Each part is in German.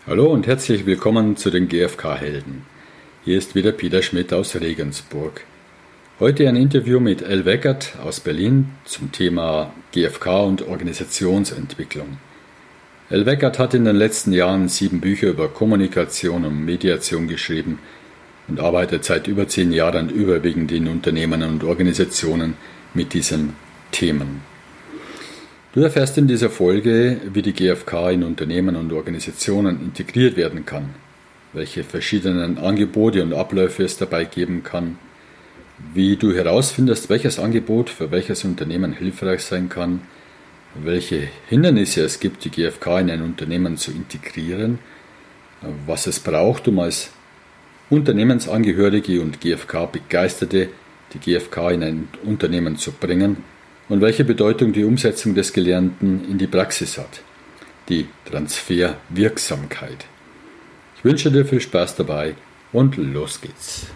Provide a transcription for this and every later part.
Hallo und herzlich willkommen zu den GfK-Helden. Hier ist wieder Peter Schmidt aus Regensburg. Heute ein Interview mit Elle Weckert aus Berlin zum Thema GfK und Organisationsentwicklung. Elle Weckert hat in den letzten Jahren 7 Bücher über Kommunikation und Mediation geschrieben und arbeitet seit über 10 Jahren überwiegend in Unternehmen und Organisationen mit diesen Themen. Du erfährst in dieser Folge, wie die GfK in Unternehmen und Organisationen integriert werden kann, welche verschiedenen Angebote und Abläufe es dabei geben kann, wie du herausfindest, welches Angebot für welches Unternehmen hilfreich sein kann, welche Hindernisse es gibt, die GfK in ein Unternehmen zu integrieren, was es braucht, um als Unternehmensangehörige und GfK-Begeisterte die GfK in ein Unternehmen zu bringen und welche Bedeutung die Umsetzung des Gelernten in die Praxis hat, die Transferwirksamkeit. Ich wünsche dir viel Spaß dabei und los geht's.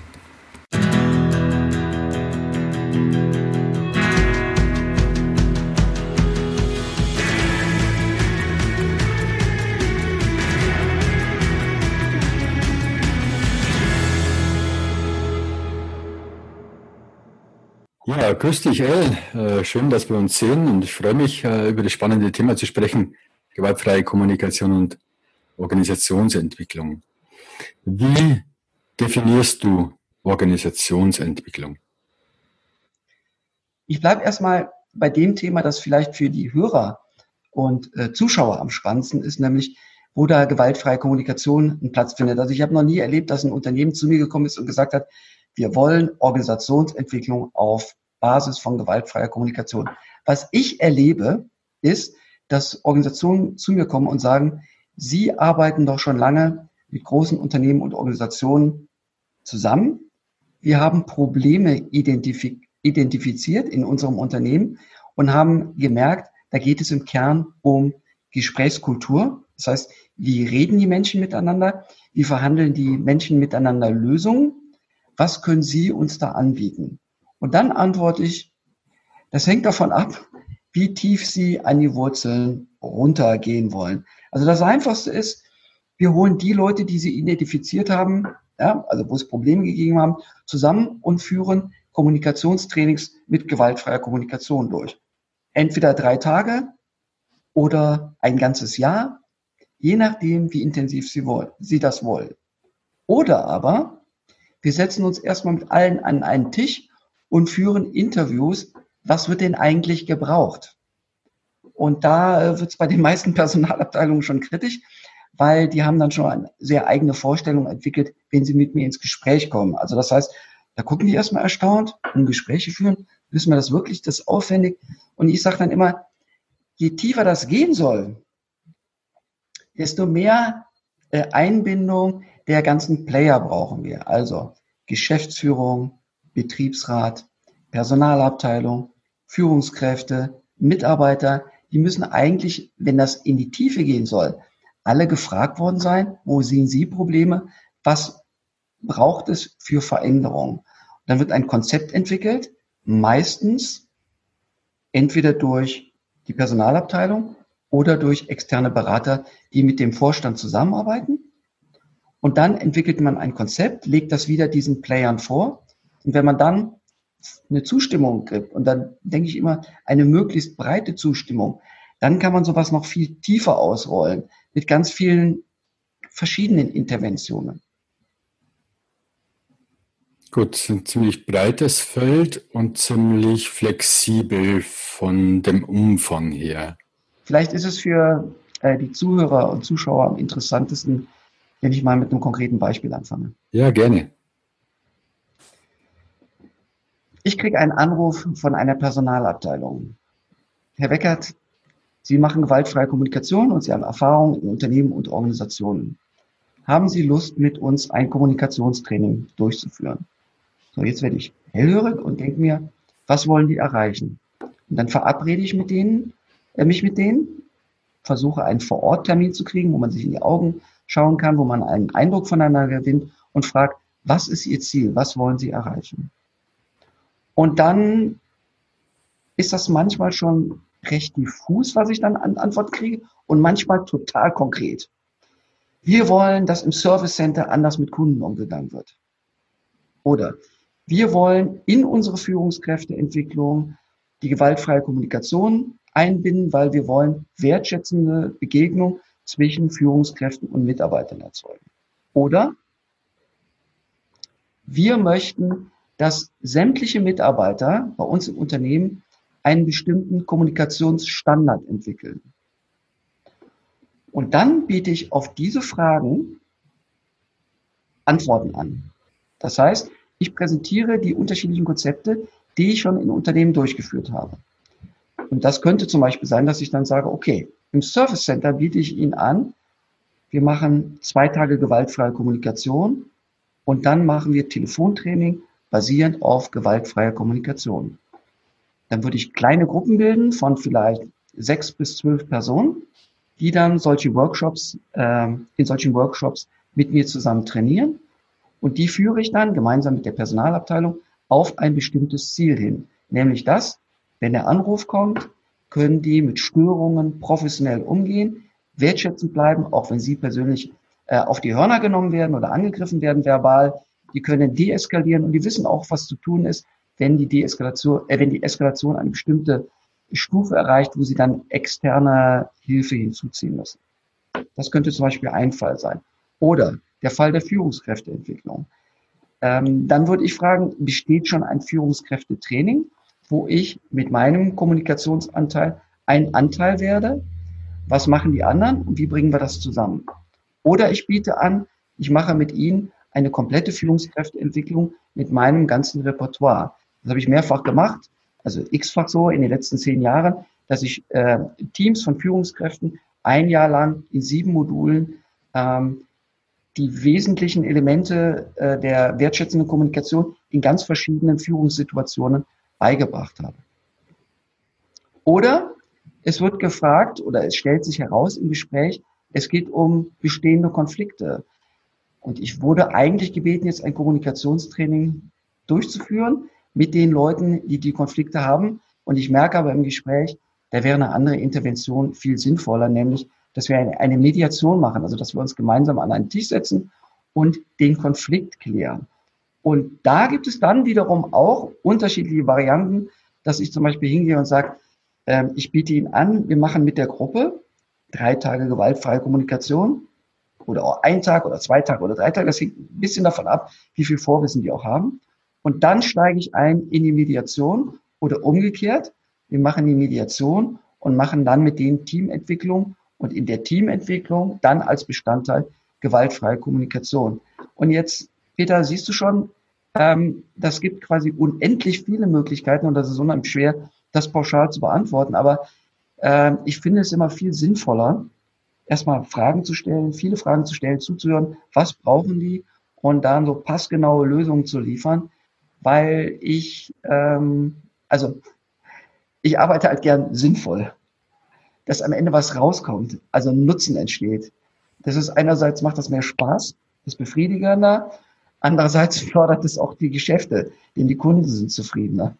Ja, grüß dich, Elle. Schön, dass wir uns sehen und ich freue mich, über das spannende Thema zu sprechen, gewaltfreie Kommunikation und Organisationsentwicklung. Wie definierst du Organisationsentwicklung? Ich bleibe erstmal bei dem Thema, das vielleicht für die Hörer und Zuschauer am spannendsten ist, nämlich wo da gewaltfreie Kommunikation einen Platz findet. Also ich habe noch nie erlebt, dass ein Unternehmen zu mir gekommen ist und gesagt hat, wir wollen Organisationsentwicklung auf Basis von gewaltfreier Kommunikation. Was ich erlebe, ist, dass Organisationen zu mir kommen und sagen, sie arbeiten doch schon lange mit großen Unternehmen und Organisationen zusammen. Wir haben Probleme identifiziert in unserem Unternehmen und haben gemerkt, da geht es im Kern um Gesprächskultur. Das heißt, wie reden die Menschen miteinander? Wie verhandeln die Menschen miteinander Lösungen? Was können Sie uns da anbieten? Und dann antworte ich, das hängt davon ab, wie tief Sie an die Wurzeln runtergehen wollen. Also das Einfachste ist, wir holen die Leute, die Sie identifiziert haben, ja, also wo es Probleme gegeben haben, zusammen und führen Kommunikationstrainings mit gewaltfreier Kommunikation durch. Entweder 3 Tage oder ein ganzes Jahr, je nachdem, wie intensiv Sie das wollen. Oder aber wir setzen uns erstmal mit allen an einen Tisch und führen Interviews. Was wird denn eigentlich gebraucht? Und da wird es bei den meisten Personalabteilungen schon kritisch, weil die haben dann schon eine sehr eigene Vorstellung entwickelt, wenn sie mit mir ins Gespräch kommen. Also das heißt, da gucken die erstmal erstaunt und Gespräche führen. Wissen wir das wirklich, das ist aufwendig? Und ich sage dann immer, je tiefer das gehen soll, desto mehr Einbindung der ganzen Player brauchen wir. Also Geschäftsführung, Betriebsrat, Personalabteilung, Führungskräfte, Mitarbeiter, die müssen eigentlich, wenn das in die Tiefe gehen soll, alle gefragt worden sein, wo sehen Sie Probleme, was braucht es für Veränderungen. Dann wird ein Konzept entwickelt, meistens entweder durch die Personalabteilung oder durch externe Berater, die mit dem Vorstand zusammenarbeiten. Und dann entwickelt man ein Konzept, legt das wieder diesen Playern vor. Und wenn man dann eine Zustimmung gibt, und dann denke ich immer, eine möglichst breite Zustimmung, dann kann man sowas noch viel tiefer ausrollen, mit ganz vielen verschiedenen Interventionen. Gut, ein ziemlich breites Feld und ziemlich flexibel von dem Umfang her. Vielleicht ist es für die Zuhörer und Zuschauer am interessantesten, wenn ich mal mit einem konkreten Beispiel anfange. Ja, gerne. Ich kriege einen Anruf von einer Personalabteilung. Herr Weckert, Sie machen gewaltfreie Kommunikation und Sie haben Erfahrung in Unternehmen und Organisationen. Haben Sie Lust, mit uns ein Kommunikationstraining durchzuführen? So, jetzt werde ich hellhörig und denke mir, was wollen die erreichen? Und dann verabrede ich mich mit denen, versuche einen Vor-Ort-Termin zu kriegen, wo man sich in die Augen schauen kann, wo man einen Eindruck voneinander gewinnt und fragt, was ist Ihr Ziel? Was wollen Sie erreichen? Und dann ist das manchmal schon recht diffus, was ich dann an Antwort kriege und manchmal total konkret. wir wollen, dass im Service Center anders mit Kunden umgegangen wird. Oder wir wollen in unsere Führungskräfteentwicklung die gewaltfreie Kommunikation einbinden, weil wir wollen wertschätzende Begegnung zwischen Führungskräften und Mitarbeitern erzeugen. Oder wir möchten, dass sämtliche Mitarbeiter bei uns im Unternehmen einen bestimmten Kommunikationsstandard entwickeln. Und dann biete ich auf diese Fragen Antworten an. Das heißt, ich präsentiere die unterschiedlichen Konzepte, die ich schon in Unternehmen durchgeführt habe. Und das könnte zum Beispiel sein, dass ich dann sage, okay, im Service Center biete ich Ihnen an, wir machen 2 Tage gewaltfreie Kommunikation und dann machen wir Telefontraining basierend auf gewaltfreier Kommunikation. Dann würde ich kleine Gruppen bilden von vielleicht 6 bis 12 Personen, die dann in solchen Workshops mit mir zusammen trainieren. Und die führe ich dann gemeinsam mit der Personalabteilung auf ein bestimmtes Ziel hin. Nämlich das, wenn der Anruf kommt, können die mit Störungen professionell umgehen, wertschätzend bleiben, auch wenn sie persönlich auf die Hörner genommen werden oder angegriffen werden verbal. Die können deeskalieren und die wissen auch, was zu tun ist, wenn die Eskalation eine bestimmte Stufe erreicht, wo sie dann externe Hilfe hinzuziehen müssen. Das könnte zum Beispiel ein Fall sein. Oder der Fall der Führungskräfteentwicklung. Dann würde ich fragen, besteht schon ein Führungskräftetraining, wo ich mit meinem Kommunikationsanteil ein Anteil werde? Was machen die anderen und wie bringen wir das zusammen? Oder ich biete an, ich mache mit Ihnen eine komplette Führungskräfteentwicklung mit meinem ganzen Repertoire. Das habe ich mehrfach gemacht, also x-fach so in den letzten 10 Jahren, dass ich Teams von Führungskräften 1 Jahr lang in 7 Modulen die wesentlichen Elemente der wertschätzenden Kommunikation in ganz verschiedenen Führungssituationen beigebracht habe. Oder es wird gefragt oder es stellt sich heraus im Gespräch, es geht um bestehende Konflikte. Und ich wurde eigentlich gebeten, jetzt ein Kommunikationstraining durchzuführen mit den Leuten, die die Konflikte haben. Und ich merke aber im Gespräch, da wäre eine andere Intervention viel sinnvoller, nämlich, dass wir eine Mediation machen, also dass wir uns gemeinsam an einen Tisch setzen und den Konflikt klären. Und da gibt es dann wiederum auch unterschiedliche Varianten, dass ich zum Beispiel hingehe und sage, ich biete Ihnen an, wir machen mit der Gruppe 3 Tage gewaltfreie Kommunikation oder auch 1 Tag oder 2 Tage oder 3 Tage. Das hängt ein bisschen davon ab, wie viel Vorwissen die auch haben. Und dann steige ich ein in die Mediation oder umgekehrt. Wir machen die Mediation und machen dann mit denen Teamentwicklung und in der Teamentwicklung dann als Bestandteil gewaltfreie Kommunikation. Und jetzt, Peter, siehst du schon, das gibt quasi unendlich viele Möglichkeiten und das ist unheimlich schwer, das pauschal zu beantworten. Aber ich finde es immer viel sinnvoller, erstmal Fragen zu stellen, viele Fragen zu stellen, zuzuhören, was brauchen die und dann so passgenaue Lösungen zu liefern, weil ich arbeite halt gern sinnvoll, dass am Ende was rauskommt, also ein Nutzen entsteht. Das ist einerseits macht das mehr Spaß, ist befriedigender, andererseits fördert es auch die Geschäfte, denn die Kunden sind zufriedener.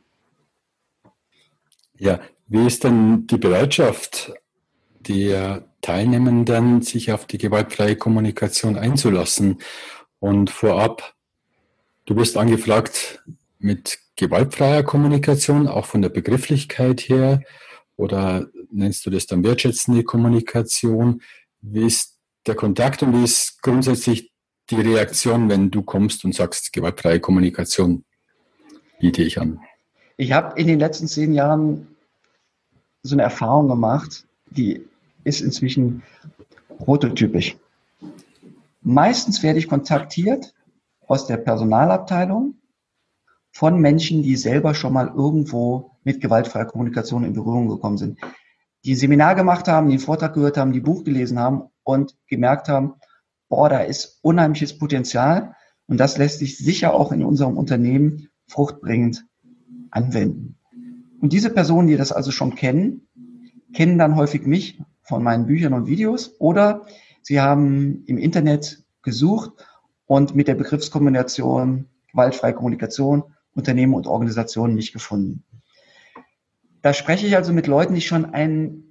Ja, wie ist denn die Bereitschaft der Teilnehmenden, sich auf die gewaltfreie Kommunikation einzulassen? Und vorab, du wirst angefragt mit gewaltfreier Kommunikation, auch von der Begrifflichkeit her, oder nennst du das dann wertschätzende Kommunikation? Wie ist der Kontakt und wie ist grundsätzlich die Reaktion, wenn du kommst und sagst, gewaltfreie Kommunikation biete ich an? Ich habe in den letzten 10 Jahren so eine Erfahrung gemacht, die ist inzwischen prototypisch. Meistens werde ich kontaktiert aus der Personalabteilung von Menschen, die selber schon mal irgendwo mit gewaltfreier Kommunikation in Berührung gekommen sind. Die ein Seminar gemacht haben, die einen Vortrag gehört haben, die ein Buch gelesen haben und gemerkt haben, boah, da ist unheimliches Potenzial und das lässt sich sicher auch in unserem Unternehmen fruchtbringend anwenden. Und diese Personen, die das also schon kennen, kennen dann häufig mich von meinen Büchern und Videos oder sie haben im Internet gesucht und mit der Begriffskombination gewaltfreie Kommunikation, Unternehmen und Organisationen nicht gefunden. Da spreche ich also mit Leuten, die schon ein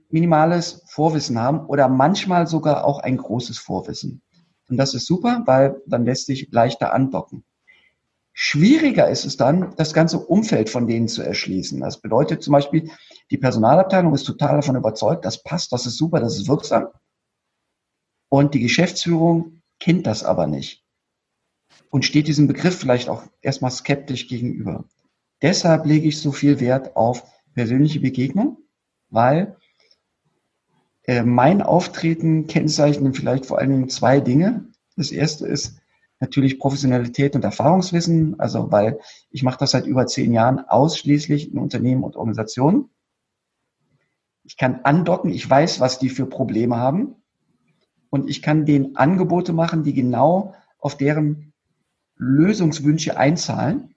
minimales Vorwissen haben oder manchmal sogar auch ein großes Vorwissen. Und das ist super, weil dann lässt sich leichter andocken. Schwieriger ist es dann, das ganze Umfeld von denen zu erschließen. Das bedeutet zum Beispiel, die Personalabteilung ist total davon überzeugt, das passt, das ist super, das ist wirksam. Und die Geschäftsführung kennt das aber nicht und steht diesem Begriff vielleicht auch erstmal skeptisch gegenüber. Deshalb lege ich so viel Wert auf persönliche Begegnung, weil mein Auftreten kennzeichnen vielleicht vor allen Dingen zwei Dinge. Das erste ist natürlich Professionalität und Erfahrungswissen, also weil ich mache das seit über 10 Jahren ausschließlich in Unternehmen und Organisationen. Ich kann andocken, ich weiß, was die für Probleme haben und ich kann denen Angebote machen, die genau auf deren Lösungswünsche einzahlen.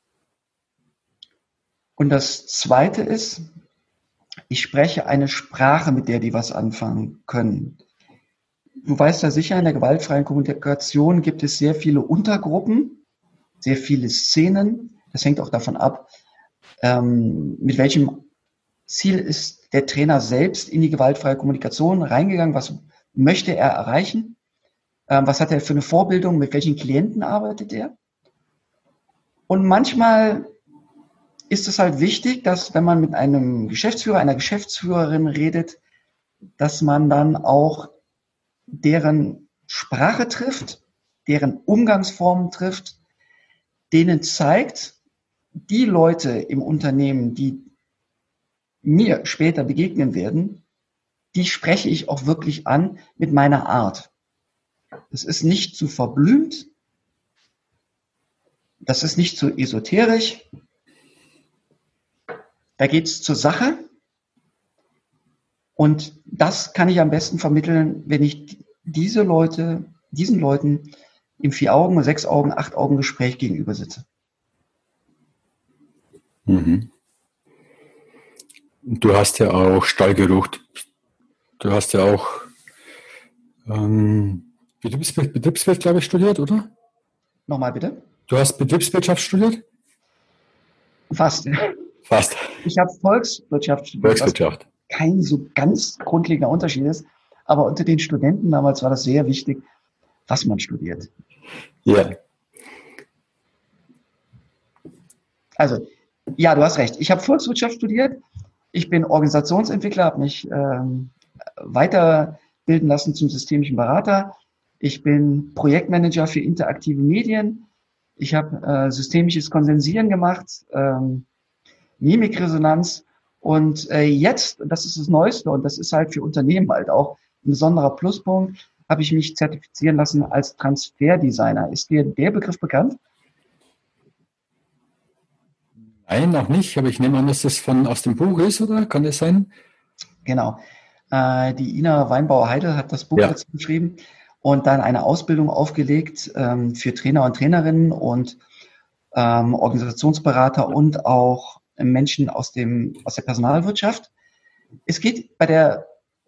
Und das Zweite ist, ich spreche eine Sprache, mit der die was anfangen können. Du weißt ja sicher, in der gewaltfreien Kommunikation gibt es sehr viele Untergruppen, sehr viele Szenen. Das hängt auch davon ab, mit welchem Ziel ist der Trainer selbst in die gewaltfreie Kommunikation reingegangen, was möchte er erreichen, was hat er für eine Vorbildung, mit welchen Klienten arbeitet er. Und manchmal ist es halt wichtig, dass wenn man mit einem Geschäftsführer, einer Geschäftsführerin redet, dass man dann auch deren Sprache trifft, deren Umgangsformen trifft, denen zeigt, die Leute im Unternehmen, die mir später begegnen werden, die spreche ich auch wirklich an mit meiner Art. Das ist nicht zu verblümt, das ist nicht zu esoterisch, da geht es zur Sache und das kann ich am besten vermitteln, wenn ich diesen Leuten im 4-Augen-, 6-Augen-, 8-Augen-Gespräch gegenüber sitze. Mhm. Du hast ja auch Stallgeruch, du hast ja auch Betriebswirt, glaube ich, studiert, oder? Nochmal bitte? Du hast Betriebswirtschaft studiert? Fast. Fast. Ich habe Volkswirtschaft studiert, was kein so ganz grundlegender Unterschied ist. Aber unter den Studenten damals war das sehr wichtig, was man studiert. Ja. Also, ja, du hast recht. Ich habe Volkswirtschaft studiert. Ich bin Organisationsentwickler, habe mich weiterbilden lassen zum systemischen Berater. Ich bin Projektmanager für interaktive Medien. Ich habe systemisches Konsensieren gemacht, Mimikresonanz. Und jetzt, das ist das Neueste und das ist halt für Unternehmen halt auch ein besonderer Pluspunkt, habe ich mich zertifizieren lassen als Transferdesigner. Ist dir der Begriff bekannt? Nein, noch nicht, aber ich nehme an, dass das aus dem Buch ist, oder? Kann das sein? Genau. Die Ina Weinbauer-Heidel hat das Buch dazu geschrieben und dann eine Ausbildung aufgelegt für Trainer und Trainerinnen und Organisationsberater und auch Menschen aus der Personalwirtschaft. Es geht bei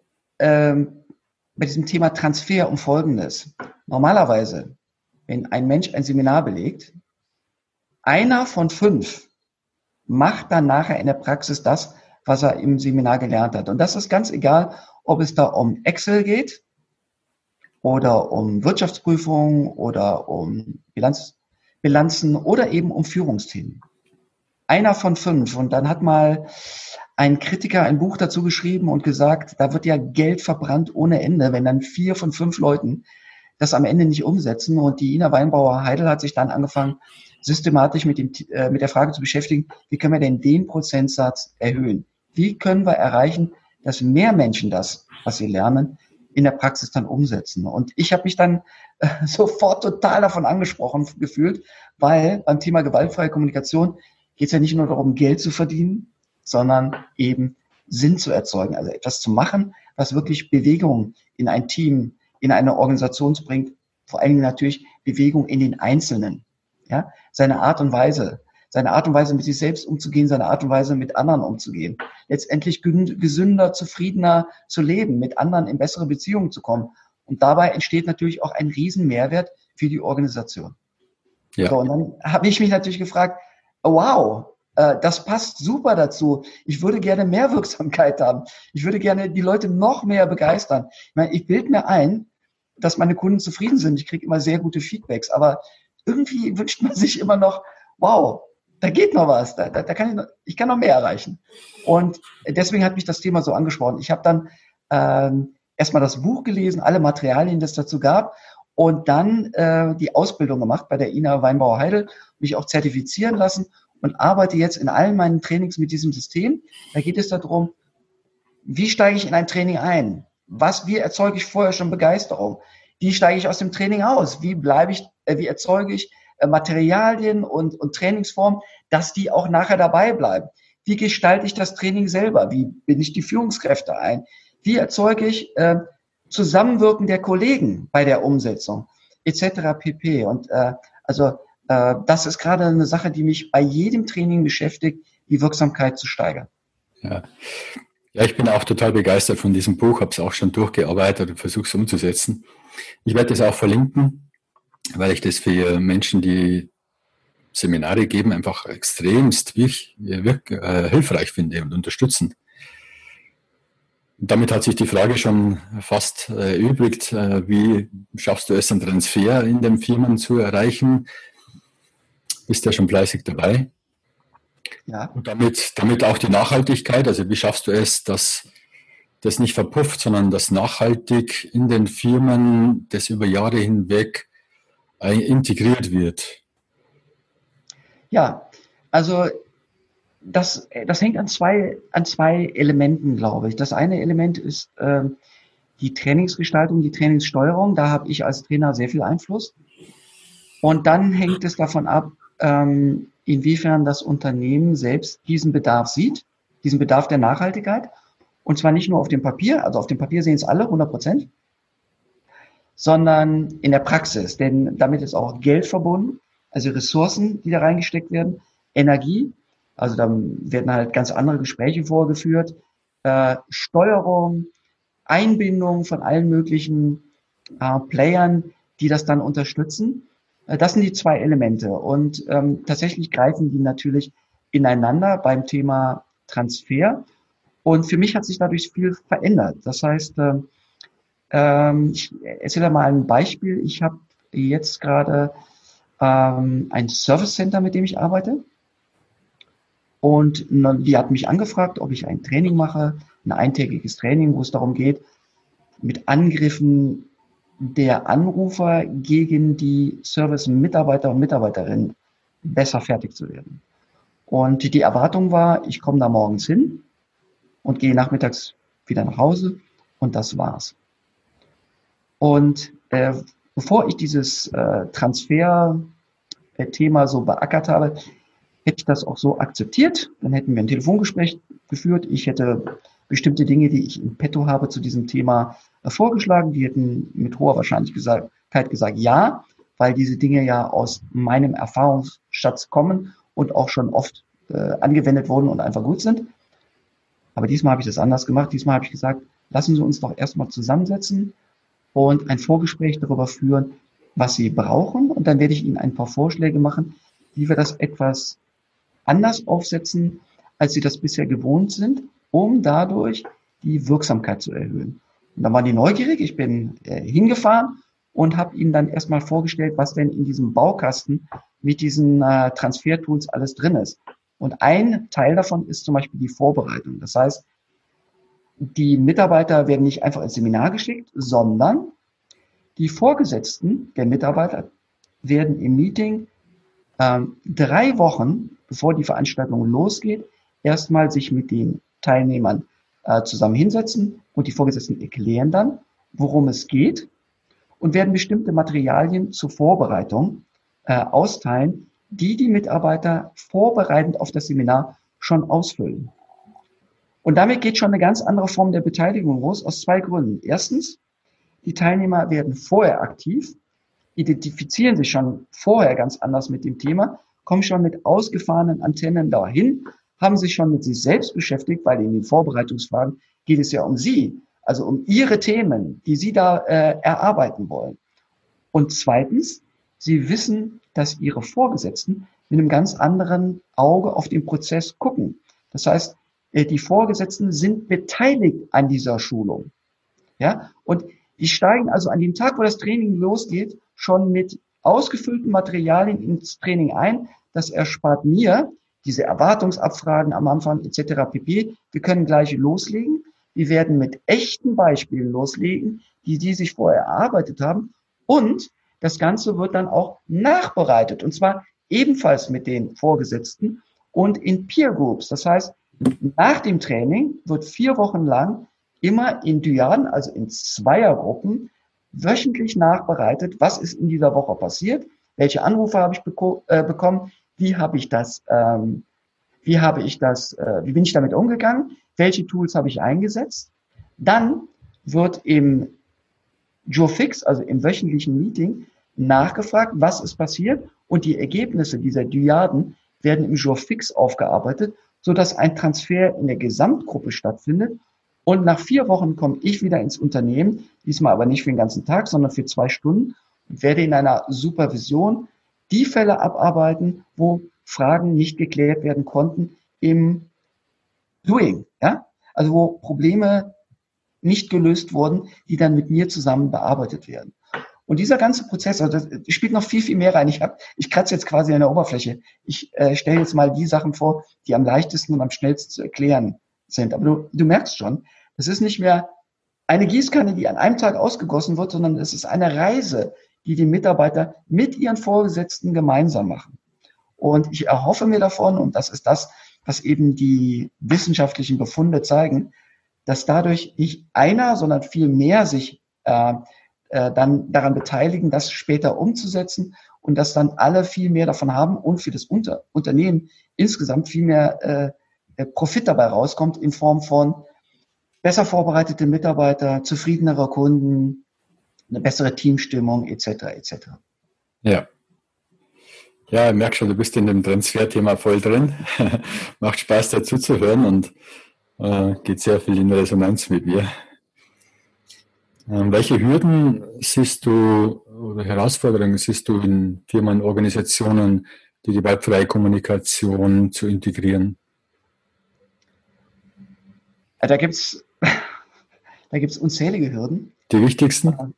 diesem Thema Transfer um Folgendes. Normalerweise, wenn ein Mensch ein Seminar belegt, 1 von 5 macht dann nachher in der Praxis das, was er im Seminar gelernt hat. Und das ist ganz egal, ob es da um Excel geht oder um Wirtschaftsprüfung oder um Bilanzen oder eben um Führungsthemen. 1 von 5. Und dann hat mal ein Kritiker ein Buch dazu geschrieben und gesagt, da wird ja Geld verbrannt ohne Ende, wenn dann 4 von 5 Leuten das am Ende nicht umsetzen. Und die Ina Weinbauer-Heidel hat sich dann angefangen, systematisch mit der Frage zu beschäftigen, wie können wir denn den Prozentsatz erhöhen? Wie können wir erreichen, dass mehr Menschen das, was sie lernen, in der Praxis dann umsetzen? Und ich habe mich dann sofort total davon angesprochen gefühlt, weil beim Thema gewaltfreie Kommunikation geht es ja nicht nur darum, Geld zu verdienen, sondern eben Sinn zu erzeugen, also etwas zu machen, was wirklich Bewegung in ein Team, in eine Organisation bringt, vor allen Dingen natürlich Bewegung in den Einzelnen. Ja, seine Art und Weise mit sich selbst umzugehen, seine Art und Weise mit anderen umzugehen. Letztendlich gesünder, zufriedener zu leben, mit anderen in bessere Beziehungen zu kommen. Und dabei entsteht natürlich auch ein riesen Mehrwert für die Organisation. Ja. So, und dann habe ich mich natürlich gefragt, wow, Das passt super dazu. Ich würde gerne mehr Wirksamkeit haben. Ich würde gerne die Leute noch mehr begeistern. Ich meine, ich bilde mir ein, dass meine Kunden zufrieden sind. Ich kriege immer sehr gute Feedbacks, aber irgendwie wünscht man sich immer noch, wow, da geht noch was, da kann ich kann noch mehr erreichen. Und deswegen hat mich das Thema so angesprochen. Ich habe dann erstmal das Buch gelesen, alle Materialien, die es dazu gab, und dann die Ausbildung gemacht bei der INA Weinbauer Heidel, mich auch zertifizieren lassen und arbeite jetzt in allen meinen Trainings mit diesem System. Da geht es darum, wie steige ich in ein Training ein? Wie erzeuge ich vorher schon Begeisterung? Wie steige ich aus dem Training aus? Wie erzeuge ich Materialien und Trainingsformen, dass die auch nachher dabei bleiben? Wie gestalte ich das Training selber? Wie binde ich die Führungskräfte ein? Wie erzeuge ich Zusammenwirken der Kollegen bei der Umsetzung? Etc. pp. Und das ist gerade eine Sache, die mich bei jedem Training beschäftigt, die Wirksamkeit zu steigern. Ja. Ja, ich bin auch total begeistert von diesem Buch, habe es auch schon durchgearbeitet und versuche es umzusetzen. Ich werde es auch verlinken, weil ich das für Menschen, die Seminare geben, einfach extremst hilfreich finde und unterstützend. Und damit hat sich die Frage schon fast erübrigt, wie schaffst du es, einen Transfer in den Firmen zu erreichen? Bist ja schon fleißig dabei. Ja. Und damit auch die Nachhaltigkeit, also wie schaffst du es, dass das nicht verpufft, sondern dass nachhaltig in den Firmen das über Jahre hinweg integriert wird? Ja, also das hängt an zwei Elementen, glaube ich. Das eine Element ist die Trainingsgestaltung, die Trainingssteuerung. Da habe ich als Trainer sehr viel Einfluss. Und dann hängt es davon ab, inwiefern das Unternehmen selbst diesen Bedarf sieht, diesen Bedarf der Nachhaltigkeit. Und zwar nicht nur auf dem Papier, also auf dem Papier sehen es alle 100%, sondern in der Praxis. Denn damit ist auch Geld verbunden, also Ressourcen, die da reingesteckt werden, Energie, also dann werden halt ganz andere Gespräche vorgeführt, Steuerung, Einbindung von allen möglichen Playern, die das dann unterstützen. Das sind die zwei Elemente und tatsächlich greifen die natürlich ineinander beim Thema Transfer. Und für mich hat sich dadurch viel verändert. Das heißt, ich erzähle mal ein Beispiel. Ich habe jetzt gerade ein Service Center, mit dem ich arbeite. Und die hat mich angefragt, ob ich ein Training mache, ein eintägiges Training, wo es darum geht, mit Angriffen der Anrufer gegen die Service-Mitarbeiter und Mitarbeiterinnen besser fertig zu werden. Und die Erwartung war, ich komme da morgens hin und gehe nachmittags wieder nach Hause und das war's. Und bevor ich dieses Transfer-Thema so beackert habe, hätte ich das auch so akzeptiert. Dann hätten wir ein Telefongespräch geführt. Ich hätte bestimmte Dinge, die ich in petto habe, zu diesem Thema vorgeschlagen. Die hätten mit hoher Wahrscheinlichkeit gesagt ja, weil diese Dinge ja aus meinem Erfahrungsschatz kommen und auch schon oft angewendet wurden und einfach gut sind. Aber diesmal habe ich das anders gemacht. Diesmal habe ich gesagt, lassen Sie uns doch erstmal zusammensetzen und ein Vorgespräch darüber führen, was Sie brauchen. Und dann werde ich Ihnen ein paar Vorschläge machen, wie wir das etwas anders aufsetzen, als Sie das bisher gewohnt sind, um dadurch die Wirksamkeit zu erhöhen. Und dann waren die neugierig. Ich bin hingefahren und habe ihnen dann erstmal vorgestellt, was denn in diesem Baukasten mit diesen Transfertools alles drin ist. Und ein Teil davon ist zum Beispiel die Vorbereitung. Das heißt, die Mitarbeiter werden nicht einfach ins Seminar geschickt, sondern die Vorgesetzten der Mitarbeiter werden im Meeting 3 Wochen, bevor die Veranstaltung losgeht, erstmal sich mit den Teilnehmern zusammen hinsetzen und die Vorgesetzten erklären dann, worum es geht und werden bestimmte Materialien zur Vorbereitung austeilen, die Mitarbeiter vorbereitend auf das Seminar schon ausfüllen. Und damit geht schon eine ganz andere Form der Beteiligung los, aus 2 Gründen. Erstens, die Teilnehmer werden vorher aktiv, identifizieren sich schon vorher ganz anders mit dem Thema, kommen schon mit ausgefahrenen Antennen dahin, haben sich schon mit sich selbst beschäftigt, weil in den Vorbereitungsfragen geht es ja um sie, also um ihre Themen, die sie da erarbeiten wollen. Und zweitens, sie wissen, dass ihre Vorgesetzten mit einem ganz anderen Auge auf den Prozess gucken. Das heißt, die Vorgesetzten sind beteiligt an dieser Schulung. Ja, und die steigen also an dem Tag, wo das Training losgeht, schon mit ausgefüllten Materialien ins Training ein. Das erspart mir diese Erwartungsabfragen am Anfang etc. pp. Wir können gleich loslegen. Wir werden mit echten Beispielen loslegen, die sich vorher erarbeitet haben. Und das Ganze wird dann auch nachbereitet. Und zwar ebenfalls mit den Vorgesetzten und in Peer Groups. Das heißt, nach dem Training wird 4 Wochen lang immer in Dyaden, also in Zweiergruppen, wöchentlich nachbereitet, was ist in dieser Woche passiert, welche Anrufe habe ich bekommen, wie bin ich damit umgegangen, welche Tools habe ich eingesetzt. Dann wird im Joe Fix, also im wöchentlichen Meeting, nachgefragt, was ist passiert, und die Ergebnisse dieser Dyaden werden im Joe Fix aufgearbeitet, sodass ein Transfer in der Gesamtgruppe stattfindet. Und nach 4 Wochen komme ich wieder ins Unternehmen, diesmal aber nicht für den ganzen Tag, sondern für 2 Stunden, und werde in einer Supervision die Fälle abarbeiten, wo Fragen nicht geklärt werden konnten im Doing, ja? Also wo Probleme nicht gelöst wurden, die dann mit mir zusammen bearbeitet werden. Und dieser ganze Prozess, also das spielt noch viel, viel mehr rein. Ich kratze jetzt quasi an der Oberfläche. Ich stelle jetzt mal die Sachen vor, die am leichtesten und am schnellsten zu erklären sind. Aber du merkst schon, das ist nicht mehr eine Gießkanne, die an einem Tag ausgegossen wird, sondern es ist eine Reise, die die Mitarbeiter mit ihren Vorgesetzten gemeinsam machen. Und ich erhoffe mir davon, und das ist das, was eben die wissenschaftlichen Befunde zeigen, dass dadurch nicht einer, sondern viel mehr sich dann daran beteiligen, das später umzusetzen, und dass dann alle viel mehr davon haben und für das Unternehmen insgesamt viel mehr Profit dabei rauskommt in Form von besser vorbereitete Mitarbeiter, zufriedenere Kunden, eine bessere Teamstimmung etc. etc. Ja. Ja, ich merke schon, du bist in dem Transferthema voll drin. Macht Spaß, dazu zu hören, und geht sehr viel in Resonanz mit mir. Welche Hürden siehst du oder Herausforderungen siehst du in Firmen, Organisationen, die gewaltfreie Kommunikation zu integrieren? Da gibt's unzählige Hürden. Die wichtigsten?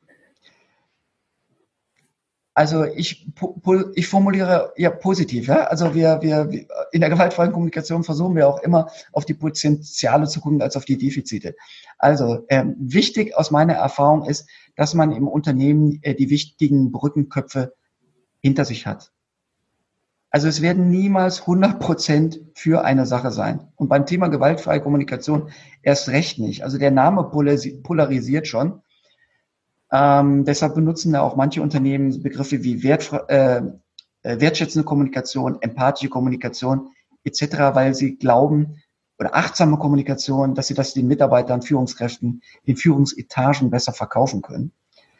Also ich formuliere ja positiv. Ja? Also wir in der gewaltfreien Kommunikation versuchen wir auch immer auf die Potenziale zu gucken als auf die Defizite. Also wichtig aus meiner Erfahrung ist, dass man im Unternehmen die wichtigen Brückenköpfe hinter sich hat. Also es werden niemals 100% für eine Sache sein. Und beim Thema gewaltfreie Kommunikation erst recht nicht. Also der Name polarisiert schon. Deshalb benutzen da auch manche Unternehmen Begriffe wie wertschätzende Kommunikation, empathische Kommunikation etc., weil sie glauben, oder achtsame Kommunikation, dass sie das den Mitarbeitern, Führungskräften, den Führungsetagen besser verkaufen können.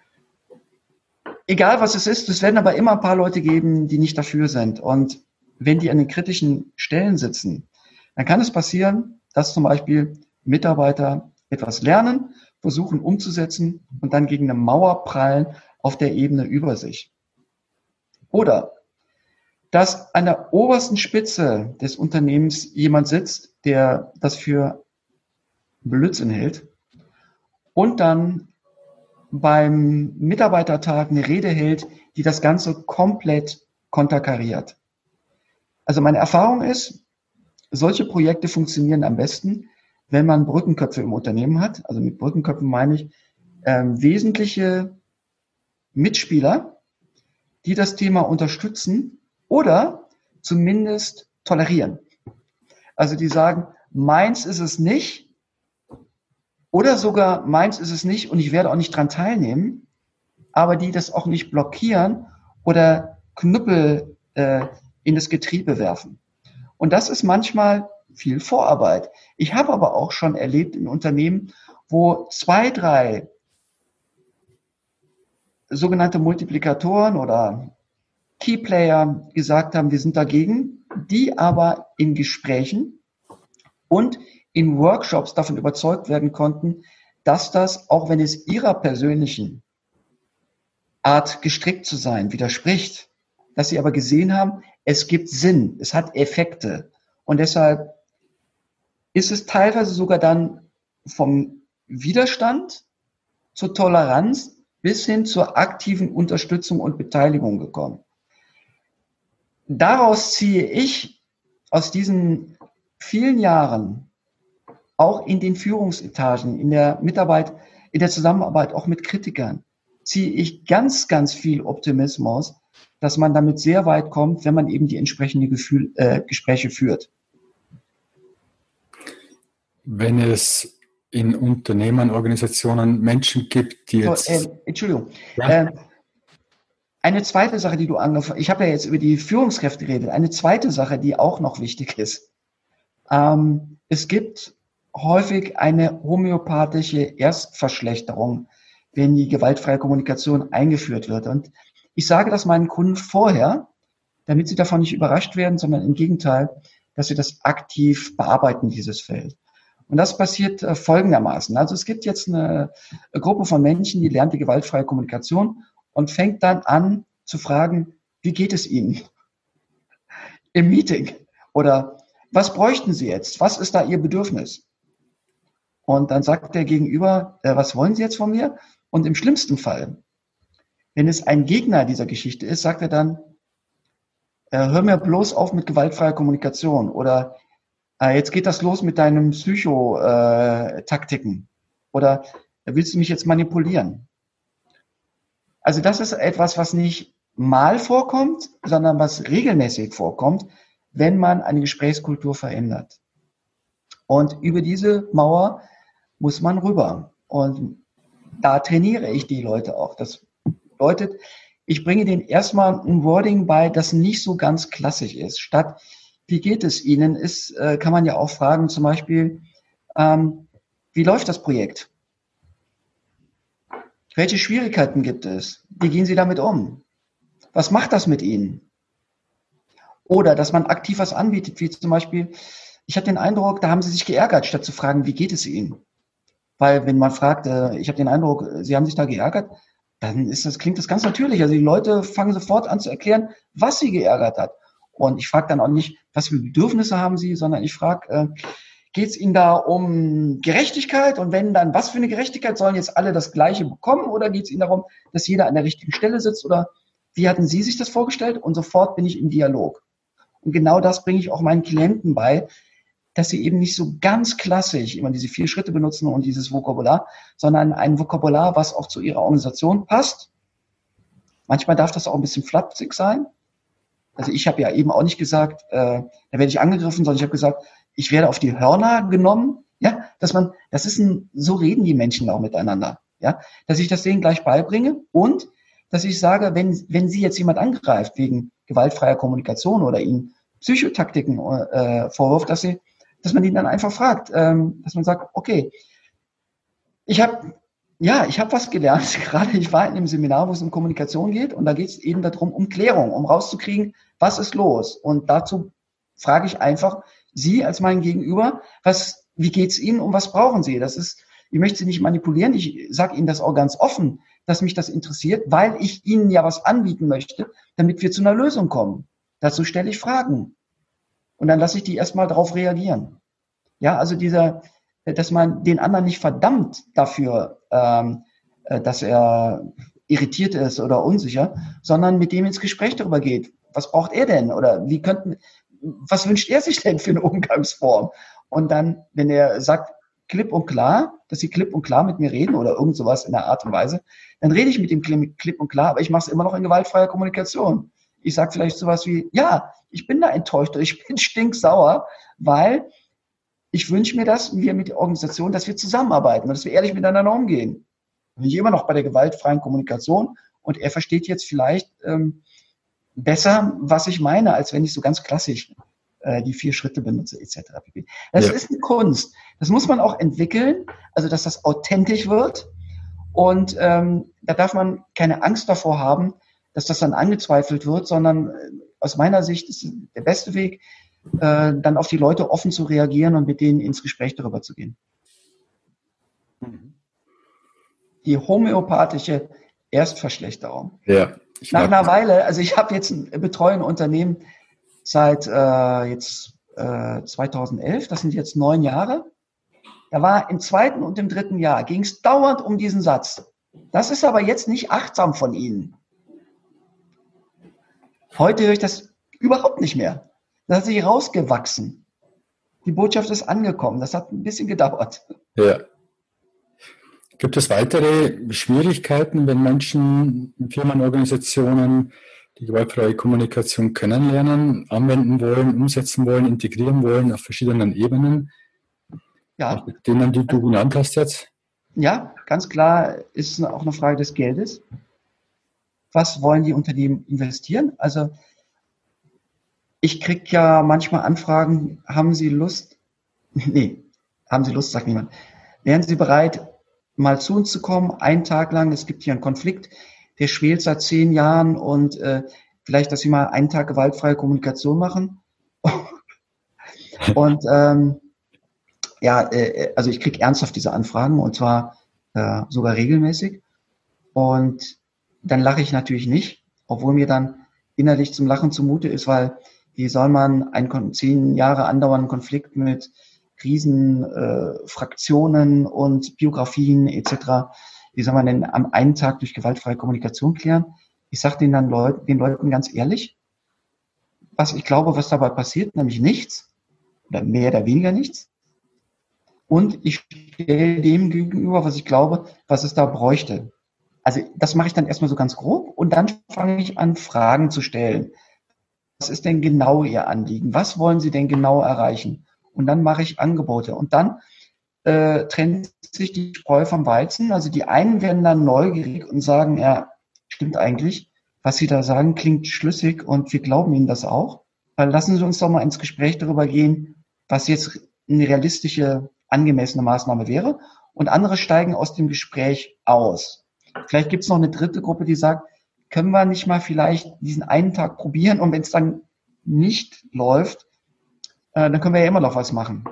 Egal was es ist, es werden aber immer ein paar Leute geben, die nicht dafür sind. Und wenn die an den kritischen Stellen sitzen, dann kann es passieren, dass zum Beispiel Mitarbeiter etwas lernen, versuchen umzusetzen und dann gegen eine Mauer prallen auf der Ebene über sich. Oder dass an der obersten Spitze des Unternehmens jemand sitzt, der das für Blödsinn hält und dann beim Mitarbeitertag eine Rede hält, die das Ganze komplett konterkariert. Also meine Erfahrung ist, solche Projekte funktionieren am besten, wenn man Brückenköpfe im Unternehmen hat. Also mit Brückenköpfen meine ich wesentliche Mitspieler, die das Thema unterstützen oder zumindest tolerieren. Also die sagen, meins ist es nicht oder sogar meins ist es nicht und ich werde auch nicht dran teilnehmen, aber die das auch nicht blockieren oder Knüppel in das Getriebe werfen. Und das ist manchmal viel Vorarbeit. Ich habe aber auch schon erlebt in Unternehmen, wo 2, 3 sogenannte Multiplikatoren oder Keyplayer gesagt haben, wir sind dagegen, die aber in Gesprächen und in Workshops davon überzeugt werden konnten, dass das, auch wenn es ihrer persönlichen Art gestrickt zu sein widerspricht, dass sie aber gesehen haben, es gibt Sinn, es hat Effekte. Und deshalb ist es teilweise sogar dann vom Widerstand zur Toleranz bis hin zur aktiven Unterstützung und Beteiligung gekommen. Daraus ziehe ich aus diesen vielen Jahren auch in den Führungsetagen, in der Mitarbeit, in der Zusammenarbeit auch mit Kritikern, ziehe ich ganz, ganz viel Optimismus, dass man damit sehr weit kommt, wenn man eben die entsprechenden Gespräche führt. Wenn es in Unternehmen, Organisationen Menschen gibt, die jetzt... Entschuldigung. Ja? Eine zweite Sache, die du angefangen hast, ich habe ja jetzt über die Führungskräfte geredet, eine zweite Sache, die auch noch wichtig ist. Es gibt häufig eine homöopathische Erstverschlechterung, wenn die gewaltfreie Kommunikation eingeführt wird. Und ich sage das meinen Kunden vorher, damit sie davon nicht überrascht werden, sondern im Gegenteil, dass sie das aktiv bearbeiten, dieses Feld. Und das passiert folgendermaßen. Also es gibt jetzt eine Gruppe von Menschen, die lernt die gewaltfreie Kommunikation und fängt dann an zu fragen, wie geht es Ihnen im Meeting? Oder was bräuchten Sie jetzt? Was ist da Ihr Bedürfnis? Und dann sagt der Gegenüber, was wollen Sie jetzt von mir? Und im schlimmsten Fall, wenn es ein Gegner dieser Geschichte ist, sagt er dann, hör mir bloß auf mit gewaltfreier Kommunikation oder jetzt geht das los mit deinen Psychotaktiken oder willst du mich jetzt manipulieren? Also das ist etwas, was nicht mal vorkommt, sondern was regelmäßig vorkommt, wenn man eine Gesprächskultur verändert. Und über diese Mauer muss man rüber. Und da trainiere ich die Leute auch. Das bedeutet, ich bringe denen erstmal ein Wording bei, das nicht so ganz klassisch ist. Statt, wie geht es Ihnen, kann man ja auch fragen, zum Beispiel, wie läuft das Projekt? Welche Schwierigkeiten gibt es? Wie gehen Sie damit um? Was macht das mit Ihnen? Oder dass man aktiv was anbietet, wie zum Beispiel, ich habe den Eindruck, da haben Sie sich geärgert, statt zu fragen, wie geht es Ihnen? Weil wenn man fragt, ich habe den Eindruck, Sie haben sich da geärgert, dann klingt das ganz natürlich. Also die Leute fangen sofort an zu erklären, was sie geärgert hat. Und ich frage dann auch nicht, was für Bedürfnisse haben Sie, sondern ich frage, geht es Ihnen da um Gerechtigkeit? Und wenn dann, was für eine Gerechtigkeit? Sollen jetzt alle das Gleiche bekommen? Oder geht es Ihnen darum, dass jeder an der richtigen Stelle sitzt? Oder wie hatten Sie sich das vorgestellt? Und sofort bin ich im Dialog. Und genau das bringe ich auch meinen Klienten bei, dass sie eben nicht so ganz klassisch immer diese 4 Schritte benutzen und dieses Vokabular, sondern ein Vokabular, was auch zu ihrer Organisation passt. Manchmal darf das auch ein bisschen flapsig sein. Also ich habe ja eben auch nicht gesagt, da werde ich angegriffen, sondern ich habe gesagt, ich werde auf die Hörner genommen. Ja, so reden die Menschen auch miteinander. Ja, dass ich das denen gleich beibringe und dass ich sage, wenn Sie jetzt jemand angreift wegen gewaltfreier Kommunikation oder Ihnen Psychotaktiken vorwirft, dass man ihn dann einfach fragt, dass man sagt, okay, ich habe was gelernt, gerade ich war in einem Seminar, wo es um Kommunikation geht und da geht es eben darum, um Klärung, um rauszukriegen, was ist los? Und dazu frage ich einfach Sie als mein Gegenüber, wie geht's Ihnen und was brauchen Sie? Ich möchte Sie nicht manipulieren, ich sage Ihnen das auch ganz offen, dass mich das interessiert, weil ich Ihnen ja was anbieten möchte, damit wir zu einer Lösung kommen. Dazu stelle ich Fragen. Und dann lasse ich die erstmal darauf reagieren. Ja, also dass man den anderen nicht verdammt dafür, dass er irritiert ist oder unsicher, sondern mit dem ins Gespräch darüber geht. Was braucht er denn? Oder was wünscht er sich denn für eine Umgangsform? Und dann, wenn er sagt, klipp und klar, dass sie klipp und klar mit mir reden oder irgend sowas in der Art und Weise, dann rede ich mit dem klipp und klar, aber ich mache es immer noch in gewaltfreier Kommunikation. Ich sage vielleicht sowas wie, ja, ich bin da enttäuscht oder ich bin stinksauer, weil ich wünsche mir, dass wir mit der Organisation, dass wir zusammenarbeiten und dass wir ehrlich miteinander umgehen. Bin ich immer noch bei der gewaltfreien Kommunikation und er versteht jetzt vielleicht besser, was ich meine, als wenn ich so ganz klassisch die 4 Schritte benutze etc. Das ist eine Kunst. Das muss man auch entwickeln, also dass das authentisch wird und da darf man keine Angst davor haben, dass das dann angezweifelt wird, sondern aus meiner Sicht ist der beste Weg, dann auf die Leute offen zu reagieren und mit denen ins Gespräch darüber zu gehen. Die homöopathische Erstverschlechterung. Ja, Nach einer Weile, also ich habe jetzt betreue ein Unternehmen seit 2011, das sind jetzt 9 Jahre. Da war im zweiten und im dritten Jahr, ging es dauernd um diesen Satz. Das ist aber jetzt nicht achtsam von Ihnen. Heute höre ich das überhaupt nicht mehr. Das hat sich rausgewachsen. Die Botschaft ist angekommen. Das hat ein bisschen gedauert. Ja. Gibt es weitere Schwierigkeiten, wenn Menschen in Firmenorganisationen die gewaltfreie Kommunikation kennenlernen, anwenden wollen, umsetzen wollen, integrieren wollen auf verschiedenen Ebenen? Ja. Mit denen, die du genannt hast jetzt? Ja, ganz klar ist auch eine Frage des Geldes. Was wollen die Unternehmen investieren? Also ich kriege ja manchmal Anfragen, haben Sie Lust? Nee, haben Sie Lust, sagt niemand. Wären Sie bereit, mal zu uns zu kommen, einen Tag lang? Es gibt hier einen Konflikt, der schwelt seit 10 Jahren und vielleicht, dass Sie mal einen Tag gewaltfreie Kommunikation machen. Und also ich kriege ernsthaft diese Anfragen und zwar sogar regelmäßig. Und dann lache ich natürlich nicht, obwohl mir dann innerlich zum Lachen zumute ist, weil wie soll man einen 10 Jahre andauernden Konflikt mit riesen Fraktionen und Biografien etc., wie soll man denn am einen Tag durch gewaltfreie Kommunikation klären? Ich sage den Leuten ganz ehrlich, was ich glaube, was dabei passiert, nämlich nichts oder mehr oder weniger nichts. Und ich stelle dem gegenüber, was ich glaube, was es da bräuchte. Also das mache ich dann erstmal so ganz grob und dann fange ich an, Fragen zu stellen. Was ist denn genau Ihr Anliegen? Was wollen Sie denn genau erreichen? Und dann mache ich Angebote. Und dann trennt sich die Spreu vom Weizen. Also die einen werden dann neugierig und sagen, ja, stimmt eigentlich, was Sie da sagen, klingt schlüssig und wir glauben Ihnen das auch. Weil lassen Sie uns doch mal ins Gespräch darüber gehen, was jetzt eine realistische, angemessene Maßnahme wäre. Und andere steigen aus dem Gespräch aus. Vielleicht gibt es noch eine dritte Gruppe, die sagt, können wir nicht mal vielleicht diesen einen Tag probieren und wenn es dann nicht läuft, dann können wir ja immer noch was machen.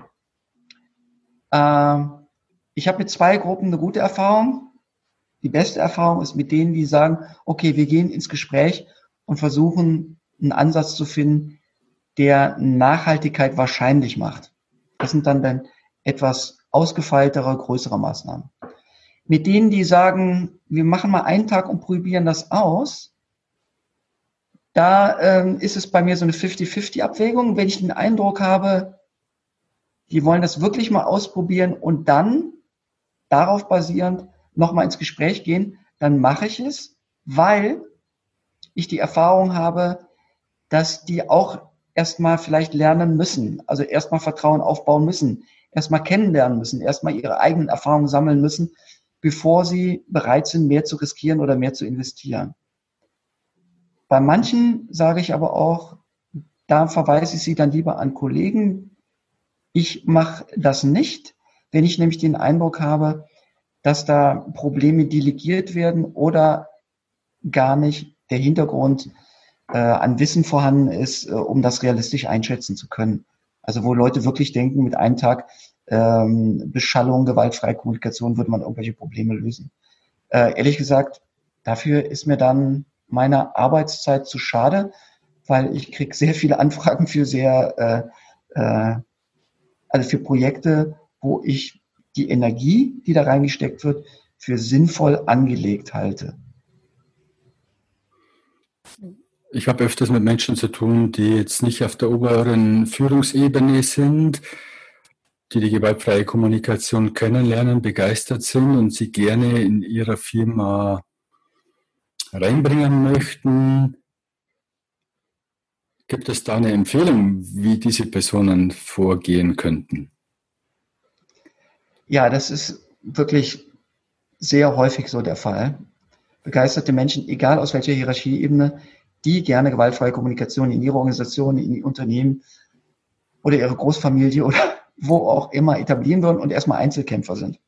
Ich habe mit 2 Gruppen eine gute Erfahrung. Die beste Erfahrung ist mit denen, die sagen, okay, wir gehen ins Gespräch und versuchen, einen Ansatz zu finden, der Nachhaltigkeit wahrscheinlich macht. Das sind dann etwas ausgefeiltere, größere Maßnahmen. Mit denen, die sagen, wir machen mal einen Tag und probieren das aus, da ist es bei mir so eine 50-50-Abwägung. Wenn ich den Eindruck habe, die wollen das wirklich mal ausprobieren und dann darauf basierend nochmal ins Gespräch gehen, dann mache ich es, weil ich die Erfahrung habe, dass die auch erstmal vielleicht lernen müssen, also erstmal Vertrauen aufbauen müssen, erstmal kennenlernen müssen, erstmal ihre eigenen Erfahrungen sammeln müssen, bevor sie bereit sind, mehr zu riskieren oder mehr zu investieren. Bei manchen sage ich aber auch, da verweise ich sie dann lieber an Kollegen. Ich mache das nicht, wenn ich nämlich den Eindruck habe, dass da Probleme delegiert werden oder gar nicht der Hintergrund an Wissen vorhanden ist, um das realistisch einschätzen zu können. Also wo Leute wirklich denken, mit einem Tag Beschallung, gewaltfreie Kommunikation würde man irgendwelche Probleme lösen. Ehrlich gesagt, dafür ist mir dann meine Arbeitszeit zu schade, weil ich kriege sehr viele Anfragen für also für Projekte, wo ich die Energie, die da reingesteckt wird, für sinnvoll angelegt halte. Ich habe öfters mit Menschen zu tun, die jetzt nicht auf der oberen Führungsebene sind, die gewaltfreie Kommunikation kennenlernen, begeistert sind und sie gerne in ihrer Firma reinbringen möchten. Gibt es da eine Empfehlung, wie diese Personen vorgehen könnten? Ja, das ist wirklich sehr häufig so der Fall. Begeisterte Menschen, egal aus welcher Hierarchieebene, die gerne gewaltfreie Kommunikation in ihrer Organisation, in ihr Unternehmen oder ihre Großfamilie oder wo auch immer etablieren würden und erstmal Einzelkämpfer sind.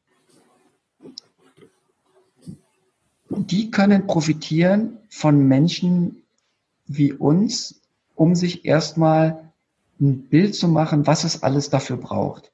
Die können profitieren von Menschen wie uns, um sich erstmal ein Bild zu machen, was es alles dafür braucht.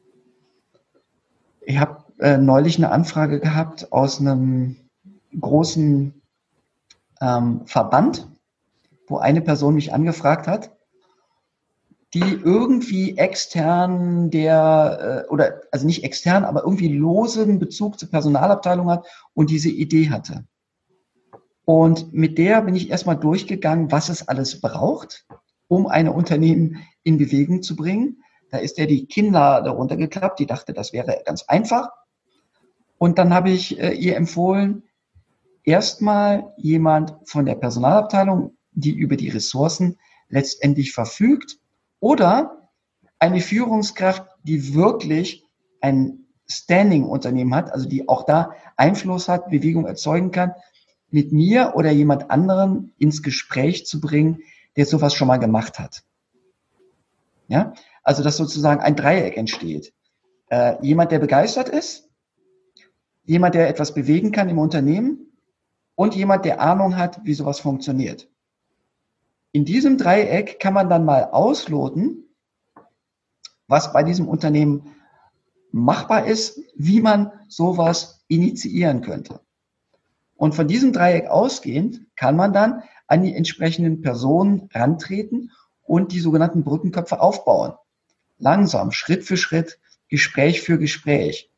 Ich habe neulich eine Anfrage gehabt aus einem großen Verband, wo eine Person mich angefragt hat, die irgendwie extern also nicht extern, aber irgendwie losen Bezug zur Personalabteilung hat und diese Idee hatte. Und mit der bin ich erstmal durchgegangen, was es alles braucht, um ein Unternehmen in Bewegung zu bringen. Da ist die Kinnlade runtergeklappt, die dachte, das wäre ganz einfach. Und dann habe ich ihr empfohlen, erstmal jemand von der Personalabteilung, die über die Ressourcen letztendlich verfügt, oder eine Führungskraft, die wirklich ein Standing-Unternehmen hat, also die auch da Einfluss hat, Bewegung erzeugen kann, mit mir oder jemand anderen ins Gespräch zu bringen, der sowas schon mal gemacht hat. Ja, also dass sozusagen ein Dreieck entsteht. Jemand, der begeistert ist, jemand, der etwas bewegen kann im Unternehmen und jemand, der Ahnung hat, wie sowas funktioniert. In diesem Dreieck kann man dann mal ausloten, was bei diesem Unternehmen machbar ist, wie man sowas initiieren könnte. Und von diesem Dreieck ausgehend kann man dann an die entsprechenden Personen rantreten und die sogenannten Brückenköpfe aufbauen. Langsam, Schritt für Schritt, Gespräch für Gespräch.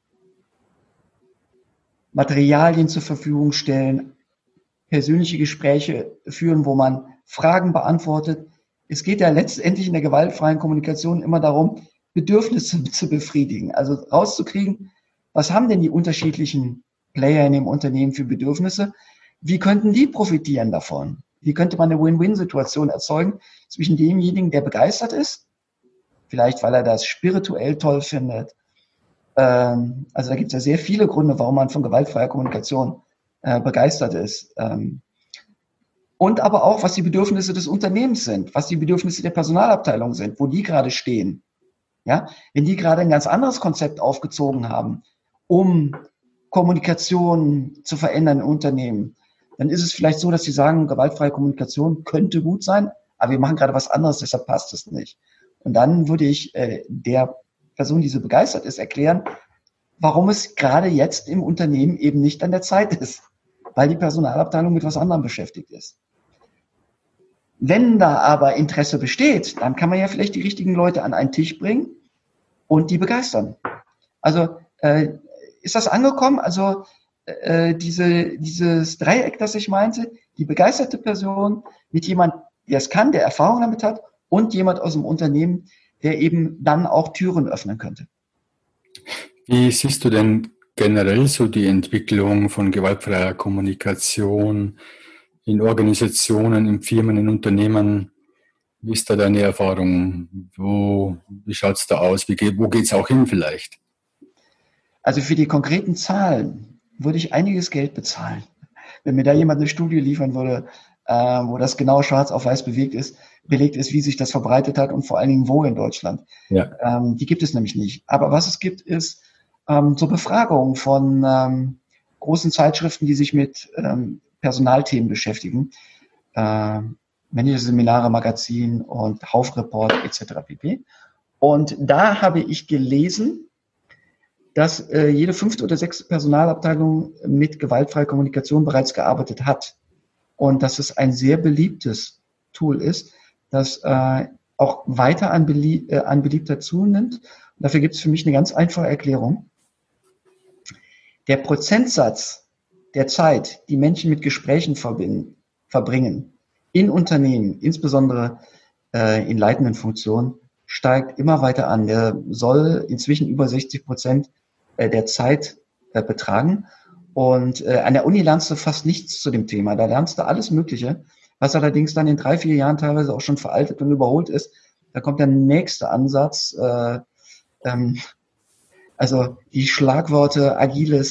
Materialien zur Verfügung stellen, persönliche Gespräche führen, wo man Fragen beantwortet. Es geht ja letztendlich in der gewaltfreien Kommunikation immer darum, Bedürfnisse zu befriedigen. Also rauszukriegen, was haben denn die unterschiedlichen Player in dem Unternehmen für Bedürfnisse? Wie könnten die profitieren davon? Wie könnte man eine Win-Win-Situation erzeugen zwischen demjenigen, der begeistert ist, vielleicht weil er das spirituell toll findet. Also da gibt es ja sehr viele Gründe, warum man von gewaltfreier Kommunikation begeistert ist. Und aber auch, was die Bedürfnisse des Unternehmens sind, was die Bedürfnisse der Personalabteilung sind, wo die gerade stehen. Ja, wenn die gerade ein ganz anderes Konzept aufgezogen haben, um Kommunikation zu verändern im Unternehmen, dann ist es vielleicht so, dass sie sagen, gewaltfreie Kommunikation könnte gut sein, aber wir machen gerade was anderes, deshalb passt es nicht. Und dann würde ich der Person, die so begeistert ist, erklären, warum es gerade jetzt im Unternehmen eben nicht an der Zeit ist, weil die Personalabteilung mit was anderem beschäftigt ist. Wenn da aber Interesse besteht, dann kann man ja vielleicht die richtigen Leute an einen Tisch bringen und die begeistern. Also ist das angekommen? Also dieses Dreieck, das ich meinte, die begeisterte Person mit jemand, der es kann, der Erfahrung damit hat und jemand aus dem Unternehmen, der eben dann auch Türen öffnen könnte. Wie siehst du denn generell so die Entwicklung von gewaltfreier Kommunikation in Organisationen, in Firmen, in Unternehmen? Wie ist da deine Erfahrung? Wie schaut es da aus? Wo geht es auch hin vielleicht? Also für die konkreten Zahlen würde ich einiges Geld bezahlen. Wenn mir da jemand eine Studie liefern würde, wo das genau schwarz auf weiß belegt ist, wie sich das verbreitet hat und vor allen Dingen wo in Deutschland. Ja. Die gibt es nämlich nicht. Aber was es gibt, ist so Befragungen von großen Zeitschriften, die sich mit Personalthemen beschäftigen. Managerseminare, Magazin und Haufreport etc. pp. Und da habe ich gelesen, dass jede 5. oder 6. Personalabteilung mit gewaltfreier Kommunikation bereits gearbeitet hat. Und dass es ein sehr beliebtes Tool ist, das auch weiter an Beliebtheit zunimmt. Und dafür gibt es für mich eine ganz einfache Erklärung. Der Prozentsatz der Zeit, die Menschen mit Gesprächen verbringen, in Unternehmen, insbesondere in leitenden Funktionen, steigt immer weiter an. Der soll inzwischen über 60% der Zeit betragen. Und an der Uni lernst du fast nichts zu dem Thema. Da lernst du alles Mögliche, was allerdings dann in 3-4 Jahren teilweise auch schon veraltet und überholt ist. Da kommt der nächste Ansatz. Also die Schlagworte agile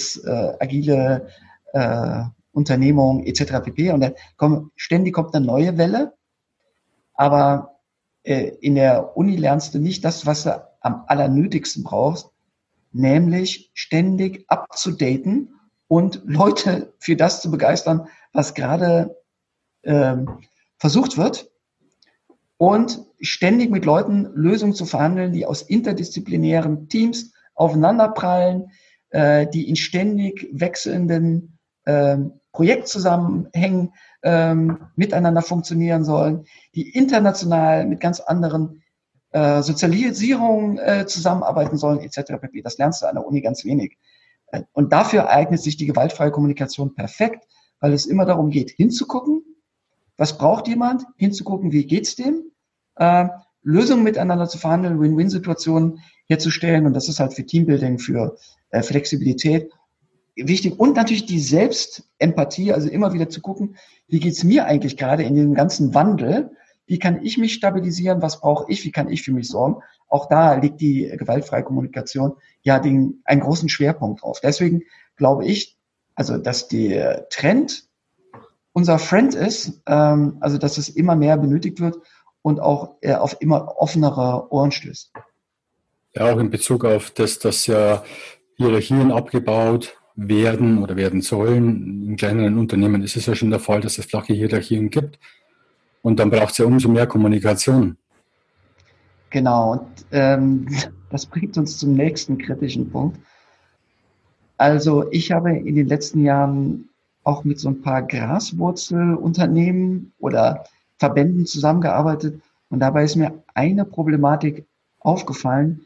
Unternehmung etc. pp. Und ständig kommt eine neue Welle. Aber in der Uni lernst du nicht das, was du am allernötigsten brauchst, nämlich ständig up-to-daten und Leute für das zu begeistern, was gerade versucht wird und ständig mit Leuten Lösungen zu verhandeln, die aus interdisziplinären Teams aufeinanderprallen, die in ständig wechselnden Projektzusammenhängen miteinander funktionieren sollen, die international mit ganz anderen Sozialisierungen zusammenarbeiten sollen, etc. pp. Das lernst du an der Uni ganz wenig. Und dafür eignet sich die gewaltfreie Kommunikation perfekt, weil es immer darum geht, hinzugucken, was braucht jemand, hinzugucken, wie geht's dem, Lösungen miteinander zu verhandeln, Win-Win-Situationen herzustellen. Und das ist halt für Teambuilding, für Flexibilität wichtig. Und natürlich die Selbstempathie, also immer wieder zu gucken, wie geht's mir eigentlich gerade in dem ganzen Wandel? Wie kann ich mich stabilisieren? Was brauche ich? Wie kann ich für mich sorgen? Auch da liegt die gewaltfreie Kommunikation einen großen Schwerpunkt drauf. Deswegen glaube ich, also dass der Trend unser Friend ist, also dass es immer mehr benötigt wird und auch auf immer offenere Ohren stößt. Ja, auch in Bezug auf das, dass ja Hierarchien abgebaut werden oder werden sollen. In kleineren Unternehmen ist es ja schon der Fall, dass es flache Hierarchien gibt. Und dann braucht es ja umso mehr Kommunikation. Genau, und das bringt uns zum nächsten kritischen Punkt. Also ich habe in den letzten Jahren auch mit so ein paar Graswurzelunternehmen oder Verbänden zusammengearbeitet. Und dabei ist mir eine Problematik aufgefallen,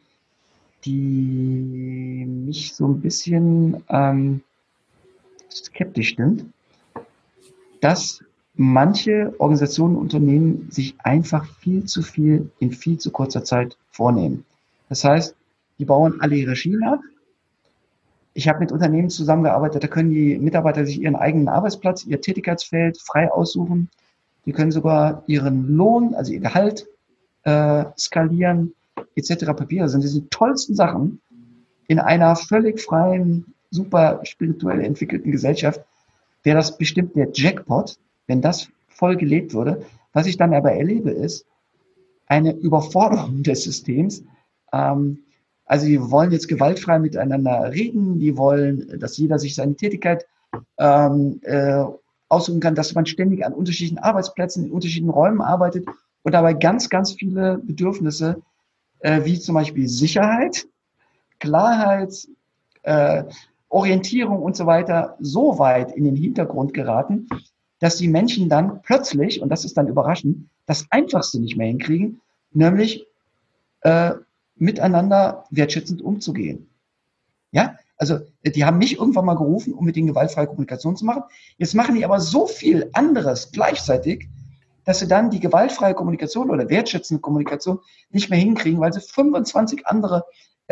die mich so ein bisschen skeptisch stimmt, dass manche Organisationen und Unternehmen sich einfach viel zu viel in viel zu kurzer Zeit vornehmen. Das heißt, die bauen alle Hierarchien ab. Ich habe mit Unternehmen zusammengearbeitet, da können die Mitarbeiter sich ihren eigenen Arbeitsplatz, ihr Tätigkeitsfeld frei aussuchen. Die können sogar ihren Lohn, also ihr Gehalt skalieren, etc. pp. Das sind diese tollsten Sachen in einer völlig freien, super spirituell entwickelten Gesellschaft. Wäre das bestimmt der Jackpot, wenn das voll gelebt würde. Was ich dann aber erlebe, ist eine Überforderung des Systems. Also die wollen jetzt gewaltfrei miteinander reden, die wollen, dass jeder sich seine Tätigkeit aussuchen kann, dass man ständig an unterschiedlichen Arbeitsplätzen, in unterschiedlichen Räumen arbeitet und dabei ganz, ganz viele Bedürfnisse, wie zum Beispiel Sicherheit, Klarheit, Orientierung und so weiter, so weit in den Hintergrund geraten, dass die Menschen dann plötzlich, und das ist dann überraschend, das Einfachste nicht mehr hinkriegen, nämlich miteinander wertschätzend umzugehen. Ja, also die haben mich irgendwann mal gerufen, um mit ihnen gewaltfreie Kommunikation zu machen. Jetzt machen die aber so viel anderes gleichzeitig, dass sie dann die gewaltfreie Kommunikation oder wertschätzende Kommunikation nicht mehr hinkriegen, weil sie 25 andere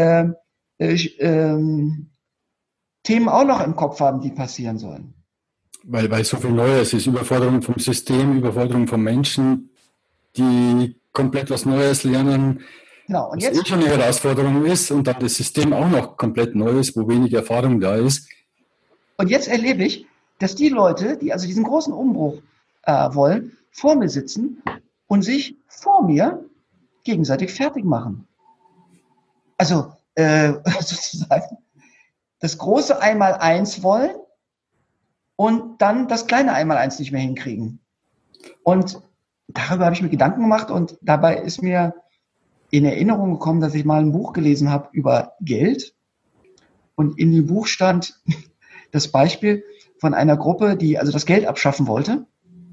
Themen auch noch im Kopf haben, die passieren sollen. Weil so viel Neues ist, Überforderung vom System, Überforderung vom Menschen, die komplett was Neues lernen, genau. Und was jetzt schon eine Herausforderung ist und dann das System auch noch komplett neu ist, wo wenig Erfahrung da ist. Und jetzt erlebe ich, dass die Leute, die also diesen großen Umbruch wollen, vor mir sitzen und sich vor mir gegenseitig fertig machen. Also sozusagen das große Einmaleins wollen und dann das kleine Einmaleins nicht mehr hinkriegen. Und darüber habe ich mir Gedanken gemacht und dabei ist mir in Erinnerung gekommen, dass ich mal ein Buch gelesen habe über Geld. Und in dem Buch stand das Beispiel von einer Gruppe, die also das Geld abschaffen wollte,